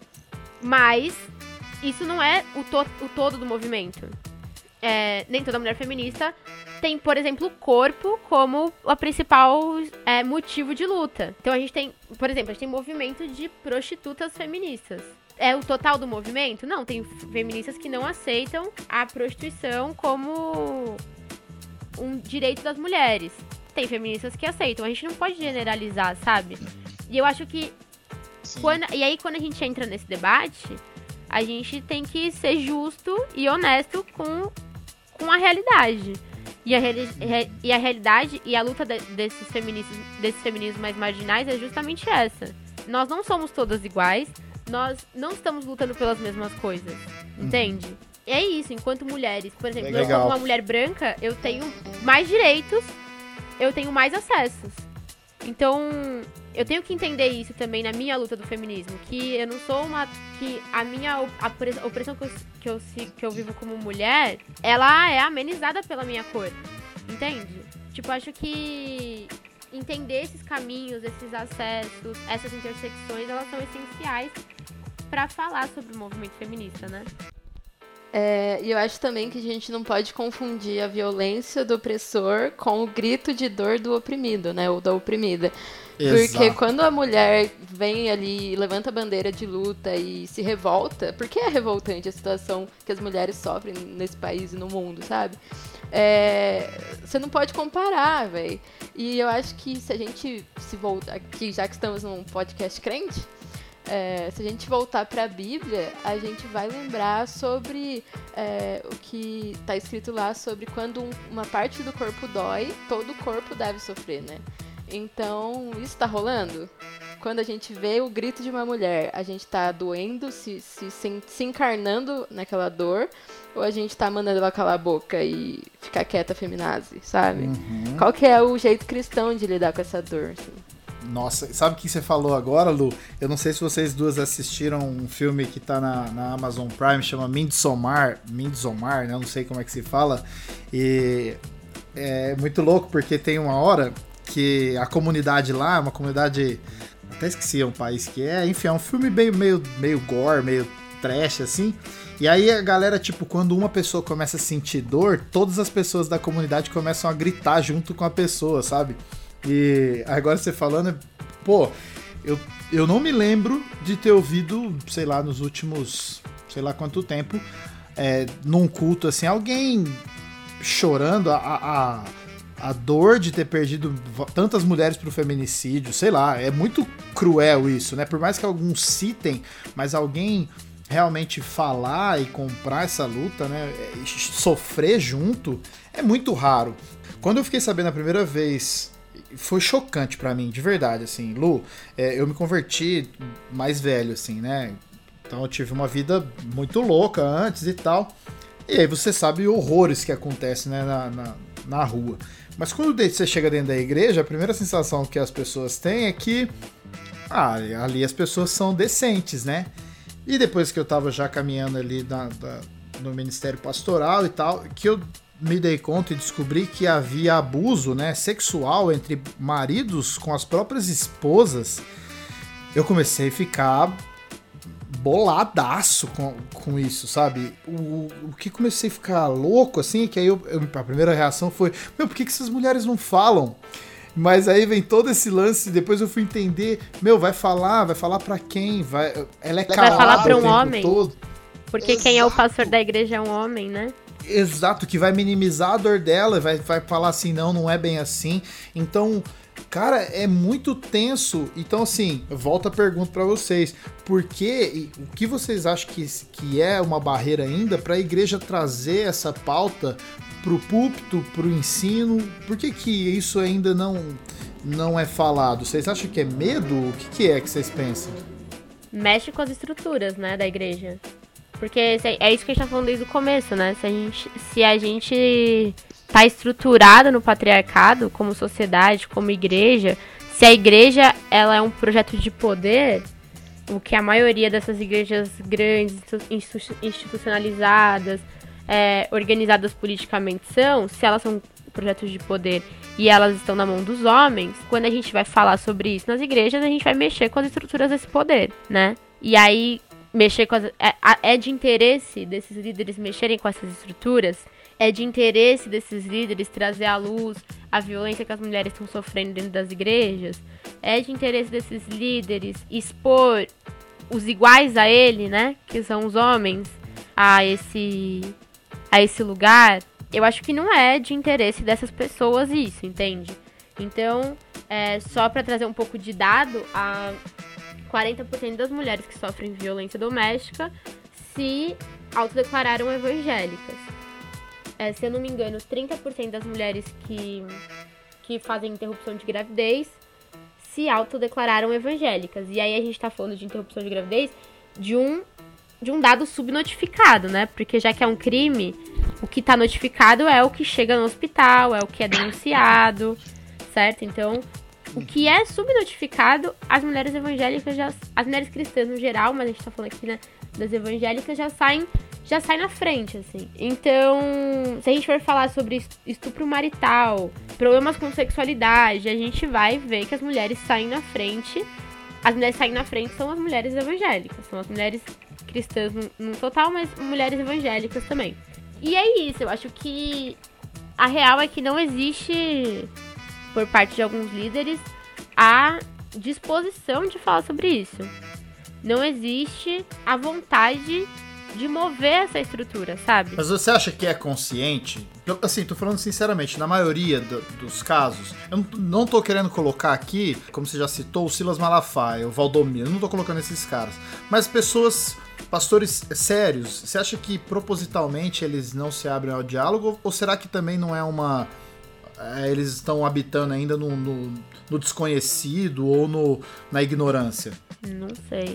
Mas isso não é o todo do movimento. Nem toda mulher feminista tem, por exemplo, o corpo como a principal motivo de luta. Então, a gente tem, por exemplo, movimento de prostitutas feministas. É o total do movimento? Não, tem feministas que não aceitam a prostituição como um direito das mulheres. Tem feministas que aceitam. A gente não pode generalizar, sabe? E eu acho que... Quando a gente entra nesse debate, a gente tem que ser justo e honesto com a realidade. E a realidade e a luta desses feminismos mais marginais é justamente essa. Nós não somos todas iguais. Nós não estamos lutando pelas mesmas coisas, entende? É isso, enquanto mulheres, por exemplo, eu como uma mulher branca, eu tenho mais direitos, eu tenho mais acessos. Então, eu tenho que entender isso também na minha luta do feminismo, que eu não sou que a opressão que eu vivo como mulher, ela é amenizada pela minha cor, entende? Tipo, acho que entender esses caminhos, esses acessos, essas intersecções, elas são essenciais para falar sobre o movimento feminista, né? E eu acho também que a gente não pode confundir a violência do opressor com o grito de dor do oprimido, né? Ou da oprimida. Exato. Porque quando a mulher vem ali, levanta a bandeira de luta e se revolta, porque é revoltante a situação que as mulheres sofrem nesse país e no mundo, sabe? Você não pode comparar, velho. E eu acho que se a gente se voltar aqui, já que estamos num podcast crente, se a gente voltar para a Bíblia, a gente vai lembrar sobre o que está escrito lá sobre quando uma parte do corpo dói, todo o corpo deve sofrer, né? Então, isso tá rolando? Quando a gente vê o grito de uma mulher, a gente tá doendo, se encarnando naquela dor, ou a gente tá mandando ela calar a boca e ficar quieta, feminazi, sabe? Uhum. Qual que é o jeito cristão de lidar com essa dor, assim? Nossa, sabe o que você falou agora, Lu? Eu não sei se vocês duas assistiram um filme que tá na Amazon Prime, chama Midsommar, né? Eu não sei como é que se fala. E é muito louco, porque tem uma hora que a comunidade lá é uma comunidade... Até esqueci um país que é. Enfim, é um filme meio gore, meio trash, assim. E aí a galera, tipo, quando uma pessoa começa a sentir dor, todas as pessoas da comunidade começam a gritar junto com a pessoa, sabe? E agora você falando, pô, eu não me lembro de ter ouvido, sei lá, nos últimos, sei lá quanto tempo, num culto, assim, alguém chorando a dor de ter perdido tantas mulheres pro feminicídio, sei lá, é muito cruel isso, né? Por mais que alguns citem, mas alguém realmente falar e comprar essa luta, né? Sofrer junto, é muito raro. Quando eu fiquei sabendo a primeira vez, foi chocante pra mim, de verdade, assim, Lu, eu me converti mais velho, assim, né? Então eu tive uma vida muito louca antes e tal, e aí você sabe horrores que acontecem, né, na rua. Mas quando você chega dentro da igreja, a primeira sensação que as pessoas têm é que ali as pessoas são decentes, né? E depois que eu tava já caminhando ali no ministério pastoral e tal, que eu me dei conta e descobri que havia abuso, né, sexual entre maridos com as próprias esposas, eu comecei a ficar boladaço com isso, sabe? O que comecei a ficar louco, assim, que aí a primeira reação foi, por que essas mulheres não falam? Mas aí vem todo esse lance, depois eu fui entender, vai falar pra quem? Ela é calada, vai falar pra um homem? Todo. Porque Exato. Quem é o pastor da igreja é um homem, né? Exato, que vai minimizar a dor dela, vai falar assim, não é bem assim. Então, cara, é muito tenso. Então, assim, volta a pergunta pra vocês. Por que, o que vocês acham que é uma barreira ainda pra igreja trazer essa pauta pro púlpito, pro ensino? Por que isso ainda não é falado? Vocês acham que é medo? O que é que vocês pensam? Mexe com as estruturas, né, da igreja. Porque é isso que a gente tá falando desde o começo, né? Se a gente tá estruturado no patriarcado, como sociedade, como igreja, se a igreja ela é um projeto de poder, o que a maioria dessas igrejas grandes, institucionalizadas, organizadas politicamente se elas são projetos de poder e elas estão na mão dos homens, quando a gente vai falar sobre isso nas igrejas, a gente vai mexer com as estruturas desse poder, né? E aí, mexer com é de interesse desses líderes mexerem com essas estruturas, é de interesse desses líderes trazer à luz a violência que as mulheres estão sofrendo dentro das igrejas, é de interesse desses líderes expor os iguais a ele, né, que são os homens, a esse lugar. Eu acho que não é de interesse dessas pessoas isso, entende? Então, só para trazer um pouco de dado, 40% das mulheres que sofrem violência doméstica se autodeclararam evangélicas. Se eu não me engano, 30% das mulheres que fazem interrupção de gravidez se autodeclararam evangélicas. E aí a gente tá falando de interrupção de gravidez de um dado subnotificado, né? Porque já que é um crime, o que tá notificado é o que chega no hospital, é o que é denunciado, certo? Então, o que é subnotificado, as mulheres evangélicas as mulheres cristãs no geral, mas a gente tá falando aqui, né, das evangélicas, já saem na frente, assim. Então, se a gente for falar sobre estupro marital, problemas com sexualidade, a gente vai ver que as mulheres saem na frente. As mulheres saem na frente são as mulheres evangélicas, são as mulheres cristãs no total, mas mulheres evangélicas também. E é isso, eu acho que a real é que não existe, por parte de alguns líderes, a disposição de falar sobre isso. Não existe a vontade de mover essa estrutura, sabe? Mas você acha que é consciente? Assim, tô falando sinceramente, na maioria dos casos, eu não tô querendo colocar aqui, como você já citou, o Silas Malafaia, o Valdomiro, eu não tô colocando esses caras, mas pessoas, pastores sérios, você acha que propositalmente eles não se abrem ao diálogo, ou será que também não é eles estão habitando ainda no desconhecido ou na ignorância? Não sei.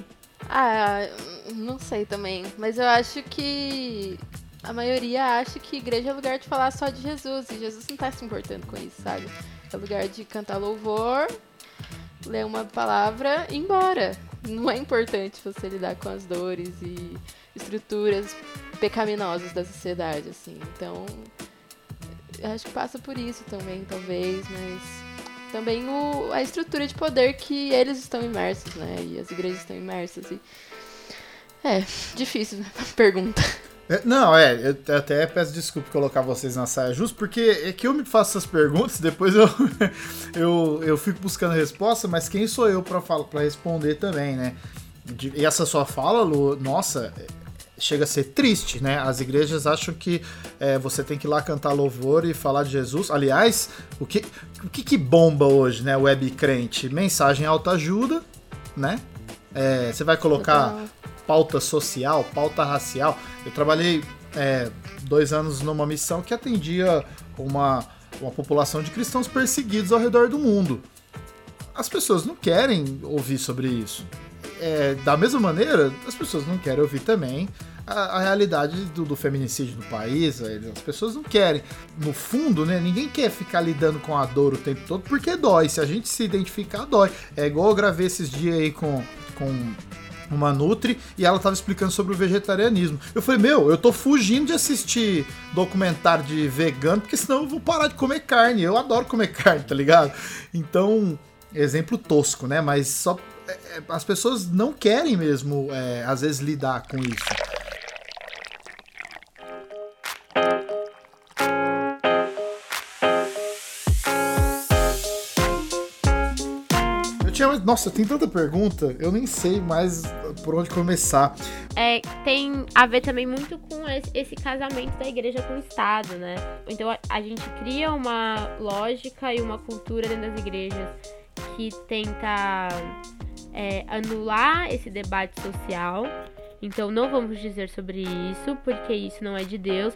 Não sei também, mas eu acho que a maioria acha que igreja é lugar de falar só de Jesus, e Jesus não tá se importando com isso, sabe? É lugar de cantar louvor, ler uma palavra e ir embora. Não é importante você lidar com as dores e estruturas pecaminosas da sociedade, assim. Então, eu acho que passa por isso também, talvez, mas também a estrutura de poder que eles estão imersos, né? E as igrejas estão imersas. Difícil a pergunta. Eu até peço desculpa colocar vocês na saia justa, porque é que eu me faço essas perguntas, depois eu fico buscando a resposta, mas quem sou eu pra responder também, né? E essa sua fala, Lu, nossa, chega a ser triste, né? As igrejas acham que você tem que ir lá cantar louvor e falar de Jesus. Aliás, o que bomba hoje, né? Web crente, mensagem autoajuda, né? Você vai colocar pauta social, pauta racial. Eu trabalhei 2 anos numa missão que atendia uma população de cristãos perseguidos ao redor do mundo. As pessoas não querem ouvir sobre isso. Da mesma maneira, as pessoas não querem ouvir também a realidade do feminicídio no país. As pessoas não querem. No fundo, né, ninguém quer ficar lidando com a dor o tempo todo, porque dói. Se a gente se identificar, dói. É igual eu gravei esses dias aí com uma Nutri, e ela tava explicando sobre o vegetarianismo. Eu falei, eu tô fugindo de assistir documentário de vegano, porque senão eu vou parar de comer carne. Eu adoro comer carne, tá ligado? Então, exemplo tosco, né? Mas só as pessoas não querem mesmo, às vezes, lidar com isso. Nossa, tem tanta pergunta, eu nem sei mais por onde começar. Tem a ver também muito com esse casamento da igreja com o Estado, né? Então a gente cria uma lógica e uma cultura dentro das igrejas que tenta anular esse debate social. Então não vamos dizer sobre isso, porque isso não é de Deus,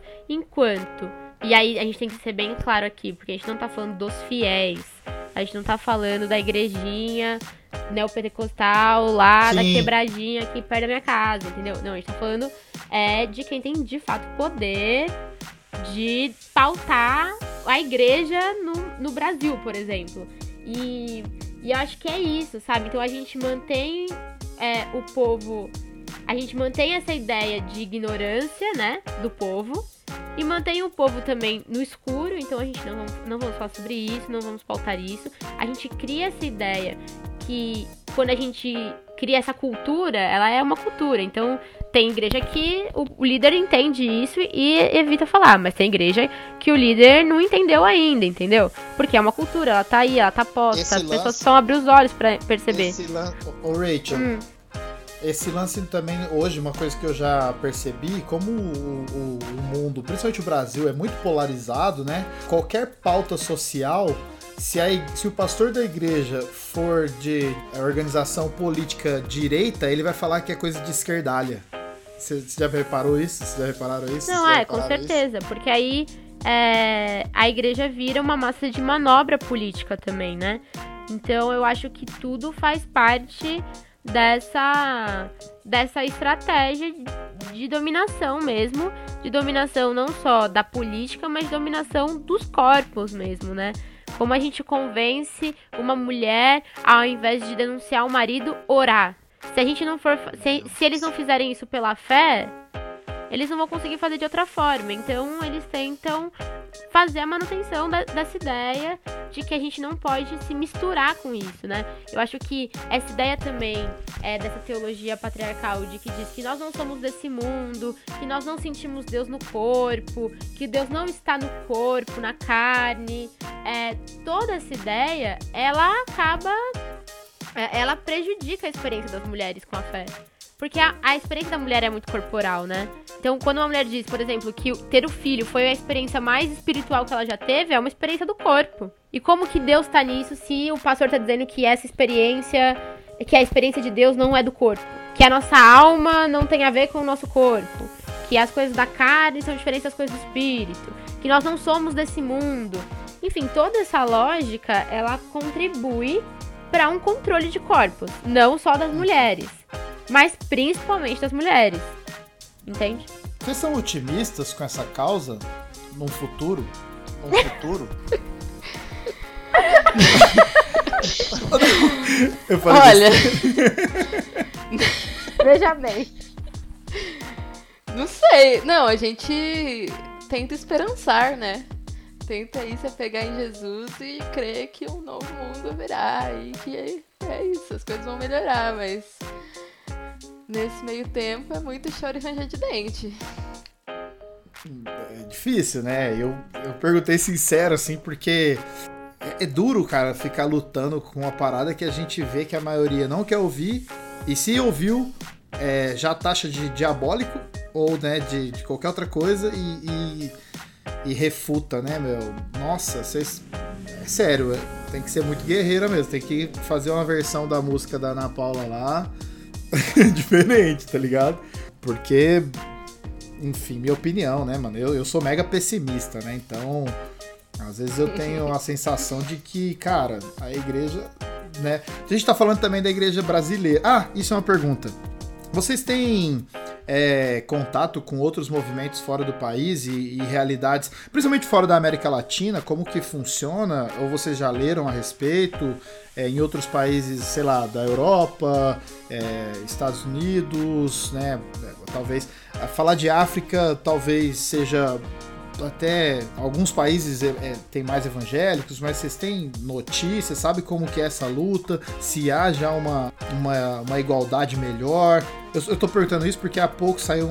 E aí a gente tem que ser bem claro aqui, porque a gente não tá falando dos fiéis, a gente não tá falando da igrejinha neopentecostal lá, Sim. da quebradinha aqui perto da minha casa, entendeu? Não, a gente tá falando de quem tem de fato poder de pautar a igreja no Brasil, por exemplo. E eu acho que é isso, sabe? Então a gente mantém o povo, a gente mantém essa ideia de ignorância, né, do povo, e mantém o povo também no escuro. Então a gente não vamos falar sobre isso, não vamos pautar isso. A gente cria essa ideia que quando a gente cria essa cultura, ela é uma cultura. Então tem igreja que o líder entende isso e evita falar, mas tem igreja que o líder não entendeu ainda, entendeu? Porque é uma cultura, ela tá aí, ela tá posta, as pessoas precisam abrir os olhos pra perceber. Rachel, esse lance também, hoje, uma coisa que eu já percebi, como o mundo, principalmente o Brasil, é muito polarizado, né? Qualquer pauta social, se o pastor da igreja for de organização política direita, ele vai falar que é coisa de esquerdalha. Você já reparou isso? Vocês já repararam isso? Não, com certeza, porque aí a igreja vira uma massa de manobra política também, né? Então eu acho que tudo faz parte dessa estratégia de dominação mesmo, de dominação não só da política, mas de dominação dos corpos mesmo, né? Como a gente convence uma mulher, ao invés de denunciar o marido, orar. Se a gente não for, se eles não fizerem isso pela fé, eles não vão conseguir fazer de outra forma. Então eles tentam fazer a manutenção dessa ideia de que a gente não pode se misturar com isso, né? Eu acho que essa ideia também dessa teologia patriarcal de que diz que nós não somos desse mundo, que nós não sentimos Deus no corpo, que Deus não está no corpo, na carne. Toda essa ideia, ela prejudica a experiência das mulheres com a fé. Porque a experiência da mulher é muito corporal, né? Então, quando uma mulher diz, por exemplo, que ter o filho foi a experiência mais espiritual que ela já teve, é uma experiência do corpo. E como que Deus tá nisso se o pastor tá dizendo que essa experiência, que a experiência de Deus não é do corpo? Que a nossa alma não tem a ver com o nosso corpo? Que as coisas da carne são diferentes das coisas do espírito? Que nós não somos desse mundo? Enfim, toda essa lógica, ela contribui para um controle de corpos. Não só das mulheres, mas principalmente das mulheres. Entende? Vocês são otimistas com essa causa? Num futuro? Eu falei olha, veja bem. Não sei. Não, a gente tenta esperançar, né? Tenta aí se pegar em Jesus e crer que um novo mundo virá e que é isso, as coisas vão melhorar, mas nesse meio tempo é muito choro e ranger de dente. É difícil, né? Eu perguntei sincero, assim, porque é duro, cara, ficar lutando com uma parada que a gente vê que a maioria não quer ouvir, e se ouviu, já taxa de diabólico, ou, né, de qualquer outra coisa, e refuta, né, meu? Nossa, vocês... É sério, tem que ser muito guerreira mesmo, tem que fazer uma versão da música da Ana Paula lá, diferente, tá ligado? Porque... Enfim, minha opinião, né, mano? Eu sou mega pessimista, né? Então, às vezes eu tenho a sensação de que, cara, a igreja, né? A gente tá falando também da igreja brasileira. Ah, isso é uma pergunta. Vocês têm contato com outros movimentos fora do país e realidades, principalmente fora da América Latina, como que funciona? Ou vocês já leram a respeito? Em outros países, sei lá, da Europa, Estados Unidos, né? Talvez... Falar de África talvez seja... Até alguns países tem mais evangélicos, mas vocês têm notícias, sabe como que é essa luta? Se há já uma igualdade melhor? Eu tô perguntando isso porque há pouco saiu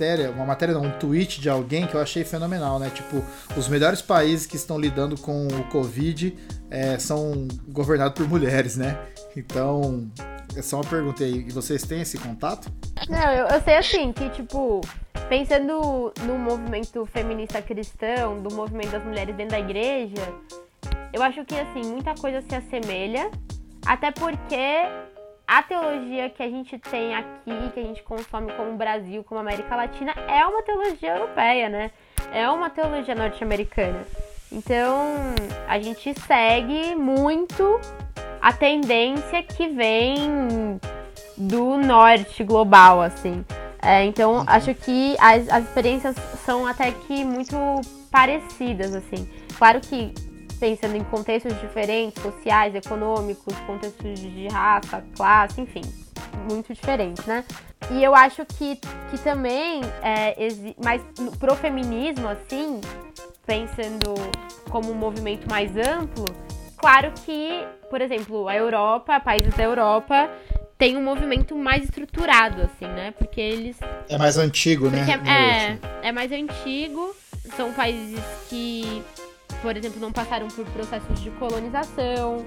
um tweet de alguém que eu achei fenomenal, né? Tipo, os melhores países que estão lidando com o Covid são governados por mulheres, né? Então, é só uma pergunta aí. E vocês têm esse contato? Não, eu sei assim, que tipo... Pensando no movimento feminista cristão, do movimento das mulheres dentro da igreja, eu acho que, assim, muita coisa se assemelha, até porque a teologia que a gente tem aqui, que a gente consome como Brasil, como América Latina, é uma teologia europeia, né? É uma teologia norte-americana. Então, a gente segue muito a tendência que vem do norte global, assim. Então, acho que as experiências são até que muito parecidas, assim. Claro que, pensando em contextos diferentes, sociais, econômicos, contextos de raça, classe, enfim, muito diferentes, né? E eu acho que também, mas pro feminismo, assim, pensando como um movimento mais amplo, claro que, por exemplo, a Europa, países da Europa... tem um movimento mais estruturado, assim, né? Porque eles... É mais antigo, né? É mais antigo. São países que, por exemplo, não passaram por processos de colonização,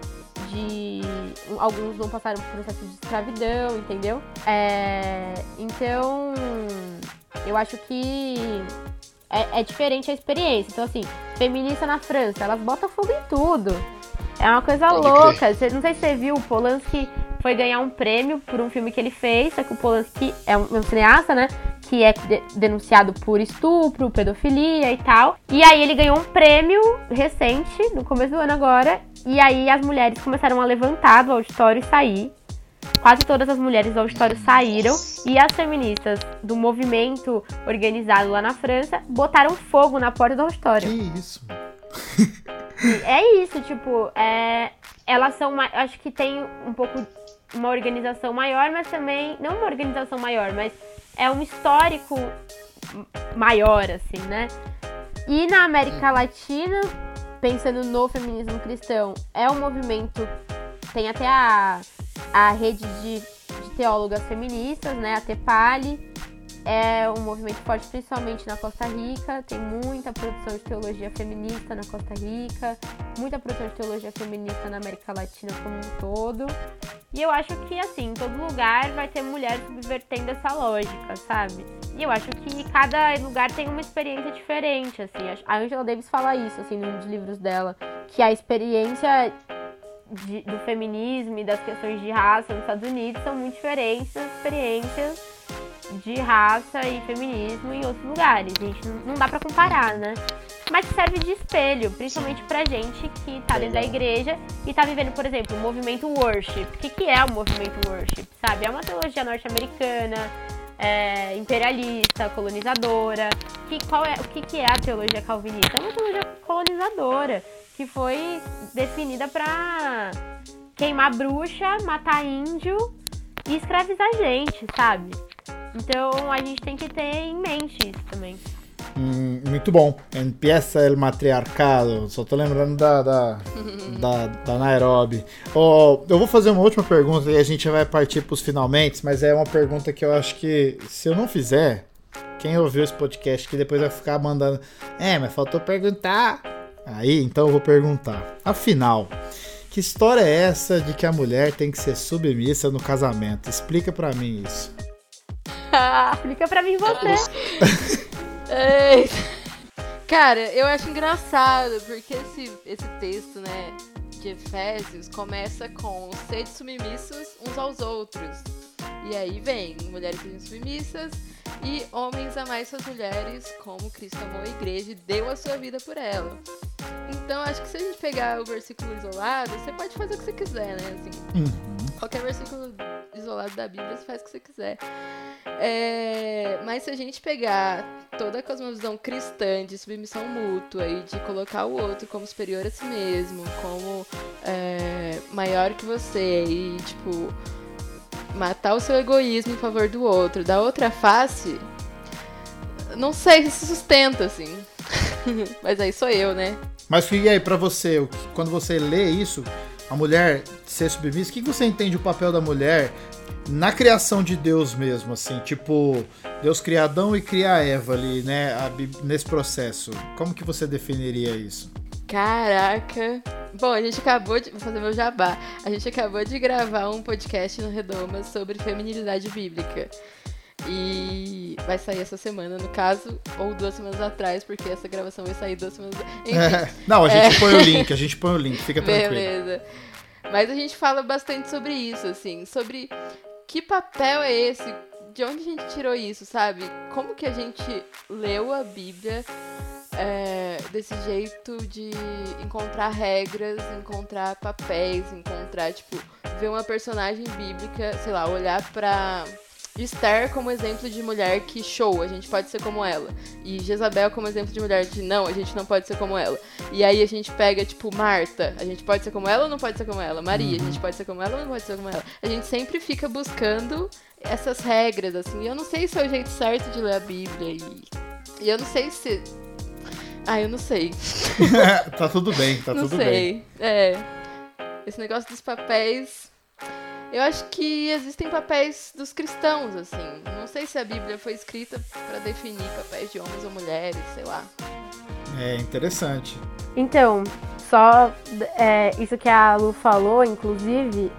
alguns não passaram por processos de escravidão, entendeu? Então, eu acho que é diferente a experiência. Então, assim, feminista na França, elas botam fogo em tudo. É uma coisa louca. Não sei se você viu, o Polanski foi ganhar um prêmio por um filme que ele fez, só que o Polanski é um cineasta, né, que é denunciado por estupro, pedofilia e tal. E aí ele ganhou um prêmio recente, no começo do ano agora, e aí as mulheres começaram a levantar do auditório e sair. Quase todas as mulheres do auditório saíram, e as feministas do movimento organizado lá na França botaram fogo na porta do auditório. Que isso? É isso, tipo, elas são, acho que tem um pouco uma organização maior, mas também, não uma organização maior, mas é um histórico maior, assim, né? E na América Latina, pensando no feminismo cristão, é um movimento, tem até a rede de teólogas feministas, né, a TEPALI, é um movimento forte principalmente na Costa Rica, tem muita produção de teologia feminista na Costa Rica, muita produção de teologia feminista na América Latina como um todo. E eu acho que, assim, em todo lugar vai ter mulher subvertendo essa lógica, sabe? E eu acho que cada lugar tem uma experiência diferente, assim. A Angela Davis fala isso, assim, num dos livros dela, que a experiência do feminismo e das questões de raça nos Estados Unidos são muito diferentes das experiências de raça e feminismo em outros lugares. A gente não dá pra comparar, né? Mas serve de espelho, principalmente pra gente que tá dentro da igreja e tá vivendo, por exemplo, o movimento worship. O que é o movimento worship, sabe? É uma teologia norte-americana, imperialista, colonizadora. O que é a teologia calvinista? É uma teologia colonizadora, que foi definida pra queimar bruxa, matar índio e escravizar gente, sabe? Então a gente tem que ter em mente isso também. Muito bom. Empieza el matriarcado. Só tô lembrando da Nairobi. Eu vou fazer uma última pergunta e a gente vai partir pros finalmente, mas é uma pergunta que eu acho que, se eu não fizer, quem ouviu esse podcast que depois vai ficar mandando, mas faltou perguntar. Aí, então eu vou perguntar. Afinal, que história é essa de que a mulher tem que ser submissa no casamento? Explica pra mim isso. Explica pra mim você. Cara, eu acho engraçado, porque esse texto, né, de Efésios começa com sede submissos uns aos outros. E aí vem mulheres sejam submissas e homens amai suas mulheres como Cristo amou a igreja e deu a sua vida por ela. Então acho que se a gente pegar o versículo isolado, você pode fazer o que você quiser, né? Assim, qualquer versículo isolado da Bíblia você faz o que você quiser. Mas se a gente pegar toda a cosmovisão cristã de submissão mútua e de colocar o outro como superior a si mesmo, como maior que você e, tipo, matar o seu egoísmo em favor do outro, da outra face, não sei se sustenta, assim. Mas aí sou eu, né? Mas e aí, pra você, quando você lê isso, a mulher ser submissa, o que você entende o papel da mulher na criação de Deus mesmo, assim? Tipo, Deus cria Adão e cria Eva ali, né? Nesse processo. Como que você definiria isso? Caraca! Bom, a gente acabou de... Vou fazer meu jabá. A gente acabou de gravar um podcast no Redomas sobre feminilidade bíblica. E vai sair essa semana, no caso, ou 2 semanas atrás, porque essa gravação vai sair 2 semanas atrás. Enfim, não, a gente põe o link, fica tranquilo. Beleza. Mas a gente fala bastante sobre isso, assim, sobre que papel é esse, de onde a gente tirou isso, sabe? Como que a gente leu a Bíblia desse jeito de encontrar regras, encontrar papéis, encontrar, tipo, ver uma personagem bíblica, sei lá, olhar pra Esther como exemplo de mulher que show, a gente pode ser como ela. E Jezabel como exemplo de mulher de não, a gente não pode ser como ela. E aí a gente pega, tipo, Marta, a gente pode ser como ela ou não pode ser como ela? Maria, a gente pode ser como ela ou não pode ser como ela? A gente sempre fica buscando essas regras, assim. E eu não sei se é o jeito certo de ler a Bíblia. E eu não sei se... eu não sei. Tá tudo bem, tá não tudo sei. bem. Esse negócio dos papéis... Eu acho que existem papéis dos cristãos, assim. Não sei se a Bíblia foi escrita pra definir papéis de homens ou mulheres, sei lá. É interessante. Então, só isso que a Lu falou, inclusive,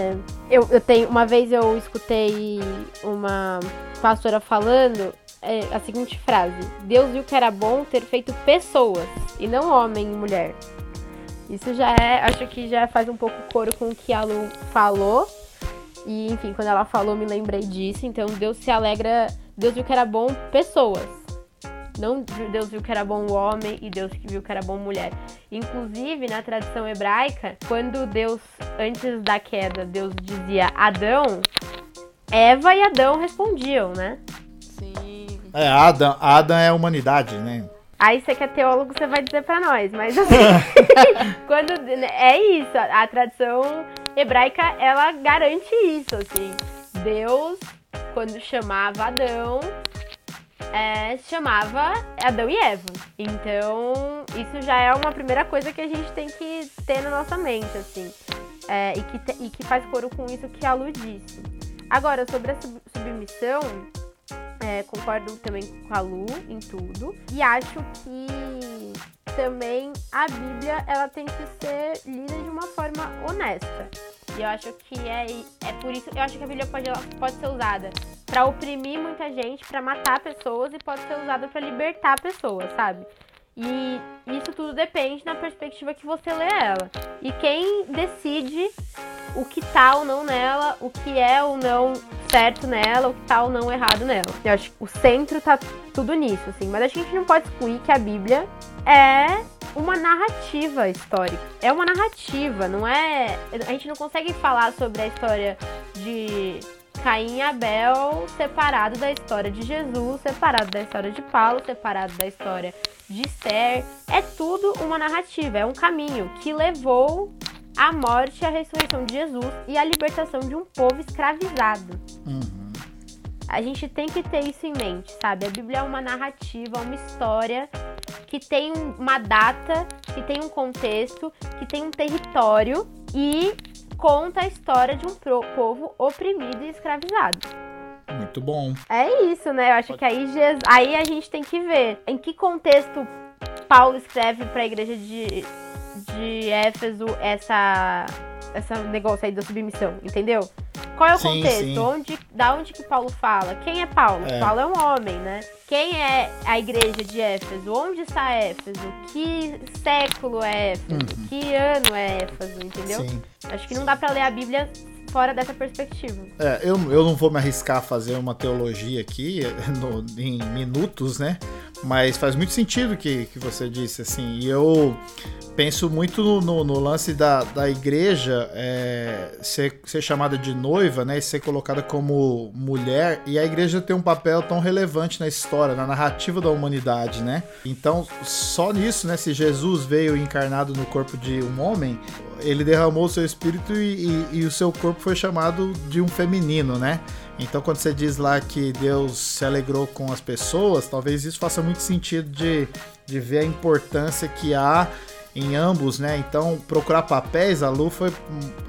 eu tenho... Uma vez eu escutei uma pastora falando a seguinte frase: Deus viu que era bom ter feito pessoas, e não homem e mulher. Isso já acho que já faz um pouco coro com o que a Lu falou. E, enfim, quando ela falou, me lembrei disso. Então, Deus se alegra... Deus viu que era bom pessoas. Não Deus viu que era bom homem e Deus viu que era bom mulher. Inclusive, na tradição hebraica, quando Deus, antes da queda, Deus dizia Adão, Eva e Adão respondiam, né? Sim. Adão é a humanidade, né? Aí você que é teólogo, você vai dizer pra nós, mas assim, quando é isso, a tradição hebraica, ela garante isso, assim. Deus, quando chamava Adão, chamava Adão e Eva. Então, isso já é uma primeira coisa que a gente tem que ter na nossa mente, assim. E que faz coro com isso que a Lu disse. Agora, sobre a submissão... concordo também com a Lu em tudo. E acho que também a Bíblia, ela tem que ser lida de uma forma honesta. E eu acho que é por isso, eu acho que a Bíblia pode ser usada pra oprimir muita gente, pra matar pessoas, e pode ser usada pra libertar pessoas, sabe? E isso tudo depende da perspectiva que você lê ela. E quem decide o que tá ou não nela, o que é ou não certo nela, o que tá ou não errado nela. Eu acho que o centro tá tudo nisso, assim. Mas acho que a gente não pode excluir que a Bíblia é uma narrativa histórica. É uma narrativa, não é... A gente não consegue falar sobre a história de Caim e Abel separado da história de Jesus, separado da história de Paulo, separado da história de Esther. É tudo uma narrativa, é um caminho que levou à morte e à ressurreição de Jesus e à libertação de um povo escravizado. A gente tem que ter isso em mente, sabe? A Bíblia é uma narrativa, uma história que tem uma data, que tem um contexto, que tem um território e conta a história de um povo oprimido e escravizado. Muito bom. É isso, né? Eu acho que aí a gente tem que ver em que contexto Paulo escreve para a igreja de Éfeso essa negócio aí da submissão, entendeu? Qual é o contexto? Da onde que Paulo fala? Quem é Paulo? Paulo é um homem, né? Quem é a igreja de Éfeso? Onde está Éfeso? Que século é Éfeso? Que ano é Éfeso, entendeu? Sim. Acho que não dá pra ler a Bíblia fora dessa perspectiva. Eu não vou me arriscar a fazer uma teologia aqui em minutos, né? Mas faz muito sentido o que você disse, assim. E eu penso muito no lance da igreja ser chamada de noiva, né? E ser colocada como mulher. E a igreja tem um papel tão relevante na história, na narrativa da humanidade, né? Então, só nisso, né? Se Jesus veio encarnado no corpo de um homem, ele derramou o seu espírito e o seu corpo foi chamado de um feminino, né? Então, quando você diz lá que Deus se alegrou com as pessoas, talvez isso faça muito sentido de ver a importância que há em ambos, né? Então, procurar papéis, a Lu foi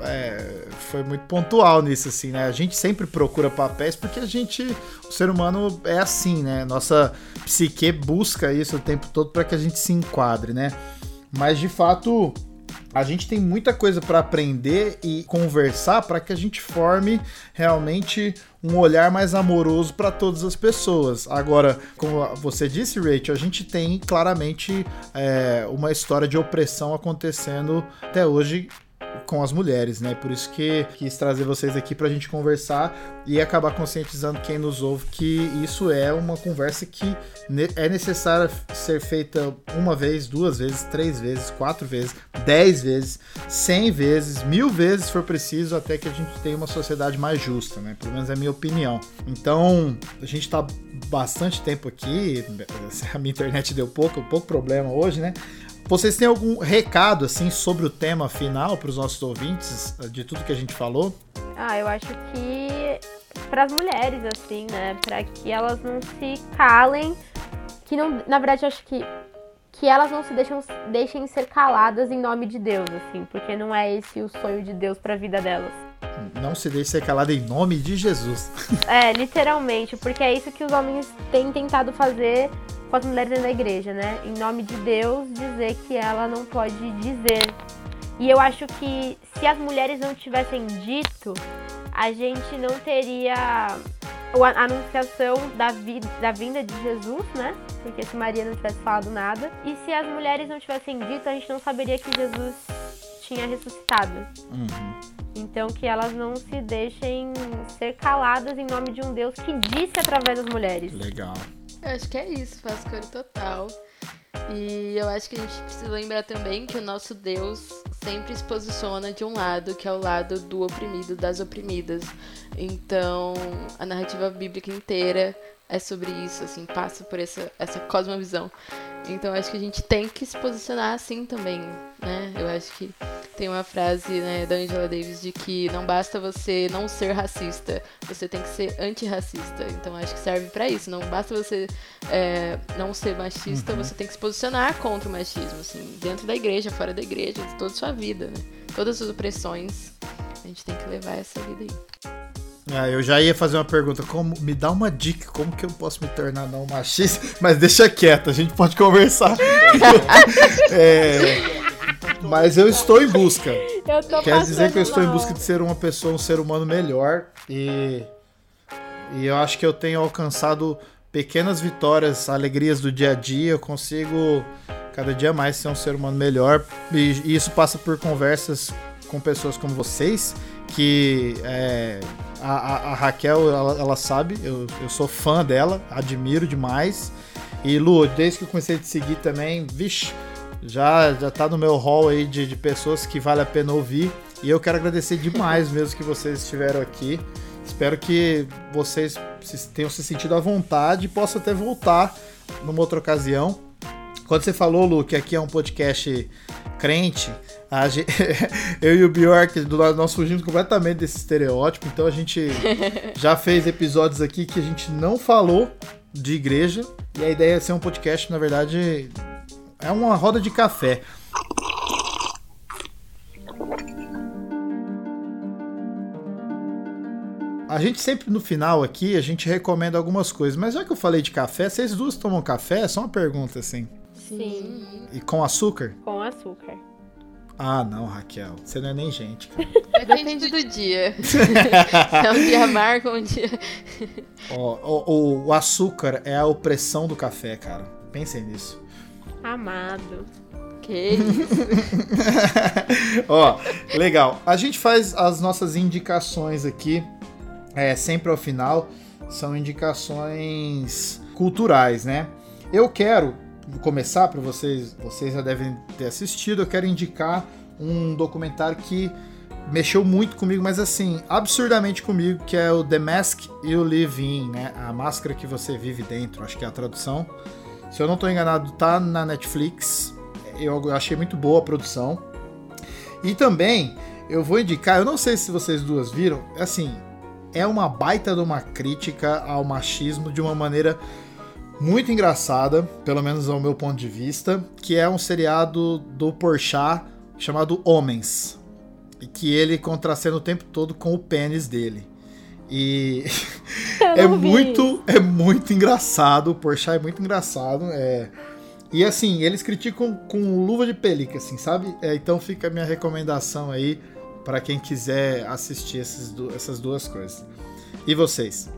muito pontual nisso, assim, né? A gente sempre procura papéis porque o ser humano é assim, né? Nossa psique busca isso o tempo todo para que a gente se enquadre, né? Mas, de fato, a gente tem muita coisa para aprender e conversar para que a gente forme realmente um olhar mais amoroso para todas as pessoas. Agora, como você disse, Rachel, a gente tem claramente uma história de opressão acontecendo até hoje com as mulheres, né? Por isso que quis trazer vocês aqui pra gente conversar e acabar conscientizando quem nos ouve que isso é uma conversa que é necessária ser feita uma vez, 2 vezes, 3 vezes, 4 vezes, 10 vezes, 100 vezes, 1000 vezes se for preciso, até que a gente tenha uma sociedade mais justa, né? Pelo menos é a minha opinião. Então, a gente tá bastante tempo aqui, a minha internet deu pouco problema hoje, né? Vocês têm algum recado, assim, sobre o tema final para os nossos ouvintes, de tudo que a gente falou? Eu acho que para as mulheres, assim, né, para que elas não se calem, que não, na verdade, eu acho que elas não se deixem ser caladas em nome de Deus, assim, porque não é esse o sonho de Deus para a vida delas. Não se deixe ser calada em nome de Jesus. Literalmente, porque é isso que os homens têm tentado fazer com as mulheres dentro da igreja, né? Em nome de Deus, dizer que ela não pode dizer. E eu acho que se as mulheres não tivessem dito, a gente não teria a anunciação da vinda de Jesus, né? Porque se Maria não tivesse falado nada. E se as mulheres não tivessem dito, a gente não saberia que Jesus tinha ressuscitado. Então, que elas não se deixem ser caladas em nome de um Deus que disse através das mulheres. Legal. Eu acho que é isso, faz cor total. E eu acho que a gente precisa lembrar também que o nosso Deus sempre se posiciona de um lado, que é o lado do oprimido, das oprimidas. Então, a narrativa bíblica inteira é sobre isso, assim, passa por essa cosmovisão. Então, acho que a gente tem que se posicionar assim também, né? Eu acho que tem uma frase, né, da Angela Davis de que não basta você não ser racista, você tem que ser antirracista. Então, acho que serve pra isso. Não basta você não ser machista, você tem que se posicionar contra o machismo, assim, dentro da igreja, fora da igreja, de toda a sua vida, né? Todas as opressões, a gente tem que levar essa vida aí. Eu já ia fazer uma pergunta, me dá uma dica, como que eu posso me tornar não machista, mas deixa quieto, a gente pode conversar. Mas eu estou em busca. Quer dizer que eu estou em busca de ser uma pessoa, um ser humano melhor, e eu acho que eu tenho alcançado pequenas vitórias, alegrias do dia a dia, eu consigo cada dia mais ser um ser humano melhor, e isso passa por conversas com pessoas como vocês, que a Raquel, ela sabe, eu sou fã dela, admiro demais. E Lu, desde que eu comecei a te seguir também, já tá no meu hall aí de pessoas que vale a pena ouvir. E eu quero agradecer demais mesmo que vocês estiveram aqui. Espero que vocês tenham se sentido à vontade e possam até voltar numa outra ocasião. Quando você falou, Lu, que aqui é um podcast crente, eu e o Bjork, do lado, nós fugimos completamente desse estereótipo, então a gente já fez episódios aqui que a gente não falou de igreja, e a ideia é ser um podcast, na verdade, é uma roda de café. A gente sempre no final aqui, a gente recomenda algumas coisas, mas já que eu falei de café, vocês duas tomam café? É só uma pergunta assim. Sim. E com açúcar? Com açúcar. Ah, não, Raquel. Você não é nem gente, cara. Depende do dia. É um dia amargo, um dia... O açúcar é a opressão do café, cara. Pensem nisso. Amado. Que isso? Ó, legal. A gente faz as nossas indicações aqui, sempre ao final. São indicações culturais, né? Eu quero começar, para vocês já devem ter assistido, eu quero indicar um documentário que mexeu muito comigo, mas assim, absurdamente comigo, que é o The Mask You Live In, né? A máscara que você vive dentro, acho que é a tradução. Se eu não estou enganado, tá na Netflix. Eu achei muito boa a produção. E também, eu vou indicar, eu não sei se vocês duas viram, assim, é uma baita de uma crítica ao machismo de uma maneira muito engraçada, pelo menos ao meu ponto de vista, que é um seriado do Porchat chamado Homens, e que ele contracena o tempo todo com o pênis dele. E é muito engraçado, o Porchat é muito engraçado, e assim, eles criticam com luva de pelica, assim, sabe? Então fica a minha recomendação aí para quem quiser assistir essas duas coisas. E vocês?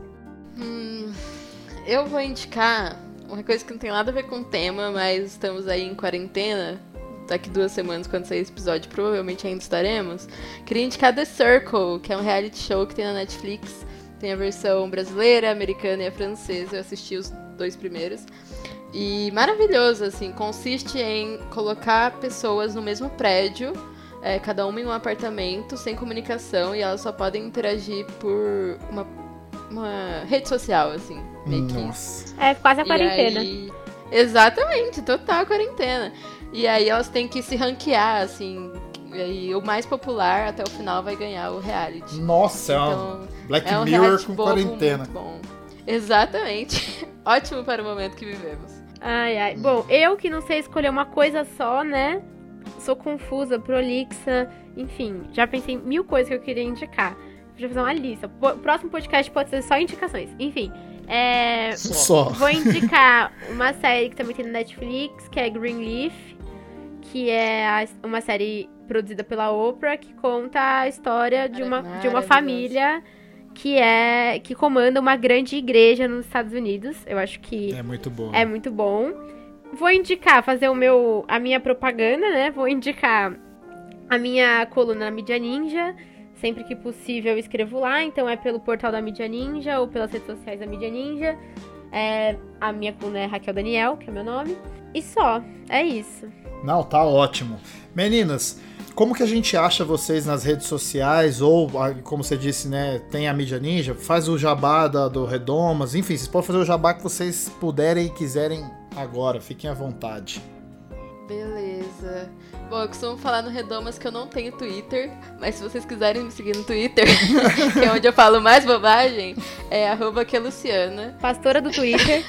Eu vou indicar uma coisa que não tem nada a ver com o tema, mas estamos aí em quarentena. Daqui 2 semanas, quando sair esse episódio, provavelmente ainda estaremos. Queria indicar The Circle, que é um reality show que tem na Netflix. Tem a versão brasileira, americana e a francesa. Eu assisti os 2 primeiros. E maravilhoso, assim. Consiste em colocar pessoas no mesmo prédio, cada uma em um apartamento, sem comunicação, e elas só podem interagir por uma rede social, assim. Meio que isso. É quase a quarentena. Aí... Exatamente, total quarentena. E aí elas têm que se ranquear, assim. E aí o mais popular até o final vai ganhar o reality. Nossa, então, Black Mirror com quarentena. Muito bom. Exatamente. Ótimo para o momento que vivemos. Ai. Bom, eu que não sei escolher uma coisa só, né? Sou confusa, prolixa, enfim. Já pensei em 1000 coisas que eu queria indicar. Vou fazer uma lista. O próximo podcast pode ser só indicações. Enfim. Só. Vou indicar uma série que também tem na Netflix, que é Greenleaf, que é uma série produzida pela Oprah, que conta a história de uma família que comanda uma grande igreja nos Estados Unidos. Eu acho que é muito bom. É muito bom. Vou indicar, fazer a minha propaganda, né? Vou indicar a minha coluna na Mídia Ninja. Sempre que possível eu escrevo lá, então é pelo portal da Mídia Ninja ou pelas redes sociais da Mídia Ninja. A minha coluna é Raquel Daniel, que é meu nome. E só, é isso. Não, tá ótimo. Meninas, como que a gente acha vocês nas redes sociais? Ou, como você disse, né, tem a Mídia Ninja, faz o jabá do Redomas, enfim, vocês podem fazer o jabá que vocês puderem e quiserem agora, fiquem à vontade. Beleza. Bom, eu costumo falar no Redomas que eu não tenho Twitter, mas se vocês quiserem me seguir no Twitter, que é onde eu falo mais bobagem, é @queluciana. Pastora do Twitter.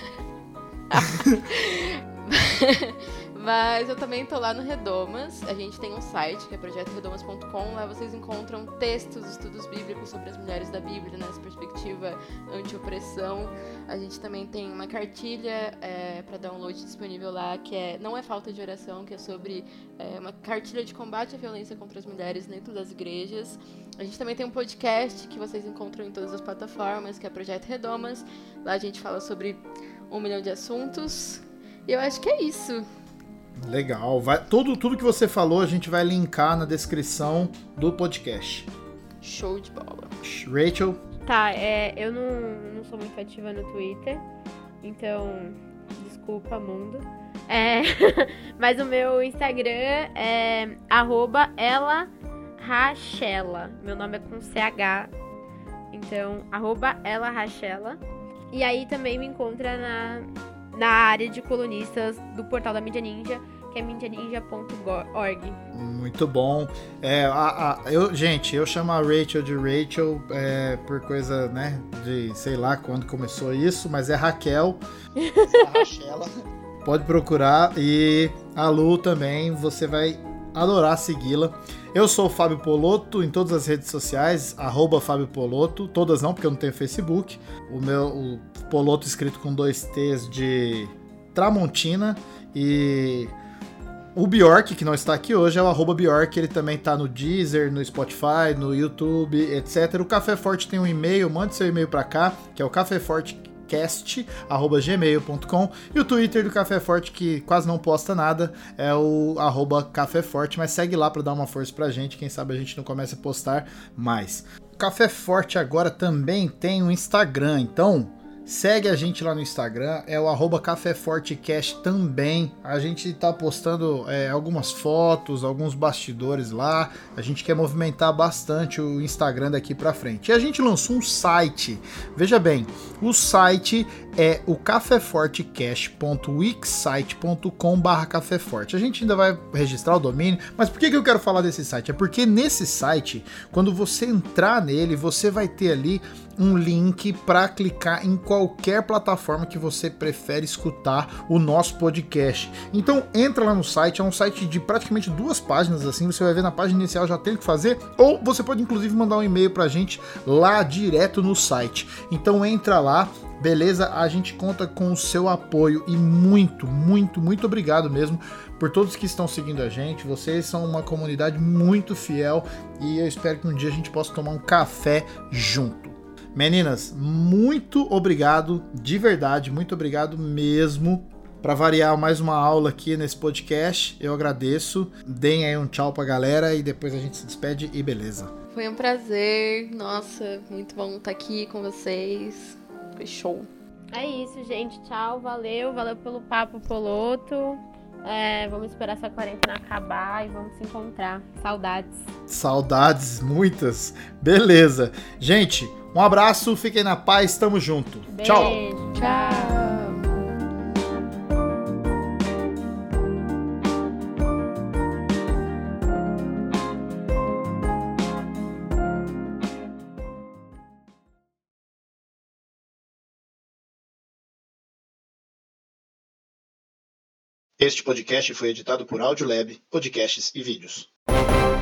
Mas eu também tô lá no Redomas. A gente tem um site, que é projetoredomas.com. Lá vocês encontram textos, estudos bíblicos sobre as mulheres da Bíblia, nessa perspectiva anti-opressão. A gente também tem uma cartilha para download disponível lá, que não é falta de oração, que é sobre uma cartilha de combate à violência contra as mulheres dentro das igrejas. A gente também tem um podcast que vocês encontram em todas as plataformas, que é Projeto Redomas. Lá a gente fala sobre 1 milhão de assuntos. E eu acho que é isso. Legal. Tudo que você falou a gente vai linkar na descrição do podcast. Show de bola. Rachel? Tá, eu não sou muito ativa no Twitter, então desculpa, mundo. Mas o meu Instagram é @elarachela. Meu nome é com CH, então @elarachela. E aí também me encontra na área de colunistas do portal da Mídia Ninja, que é mídianinja.org. Muito bom. Gente, eu chamo a Rachel de Rachel por coisa, né, de sei lá quando começou isso, mas é Raquel. Rachela. Pode procurar. E a Lu também, você vai adorar segui-la. Eu sou o Fábio Polotto em todas as redes sociais, @Fábio Polotto, todas não, porque eu não tenho Facebook. O Polotto escrito com 2 T's de Tramontina. E o Bjork, que não está aqui hoje, é o @Bjork, ele também está no Deezer, no Spotify, no YouTube, etc. O Café Forte tem um e-mail, mande seu e-mail para cá, que é o caféfortecast@gmail.com, e o Twitter do Café Forte, que quase não posta nada, é o @Café Forte, mas segue lá para dar uma força pra gente, quem sabe a gente não começa a postar mais. O Café Forte agora também tem um Instagram, então segue a gente lá no Instagram, é o @CaféForteCast também. A gente tá postando algumas fotos, alguns bastidores lá. A gente quer movimentar bastante o Instagram daqui pra frente. E a gente lançou um site. Veja bem, o site é o cafefortecast.wixsite.com/cafeforte. A gente ainda vai registrar o domínio, mas por que eu quero falar desse site? É porque nesse site, quando você entrar nele, você vai ter ali um link para clicar em qualquer plataforma que você prefere escutar o nosso podcast. Então entra lá no site, é um site de praticamente 2 páginas, assim, você vai ver na página inicial já tem o que fazer, ou você pode inclusive mandar um e-mail pra gente lá direto no site. Então entra lá, beleza? A gente conta com o seu apoio e muito, muito, muito obrigado mesmo por todos que estão seguindo a gente. Vocês são uma comunidade muito fiel e eu espero que um dia a gente possa tomar um café junto. Meninas, muito obrigado, de verdade, muito obrigado mesmo. Para variar, mais uma aula aqui nesse podcast, eu agradeço. Deem aí um tchau pra galera e depois a gente se despede e beleza. Foi um prazer, nossa, muito bom estar aqui com vocês. Foi show. É isso, gente. Tchau, valeu pelo papo, Polotto. Vamos esperar essa quarentena acabar e vamos se encontrar. Saudades. Saudades, muitas. Beleza. Gente, um abraço, fiquem na paz, tamo junto. Beijo, Tchau. Tchau. Este podcast foi editado por Audiolab, podcasts e vídeos.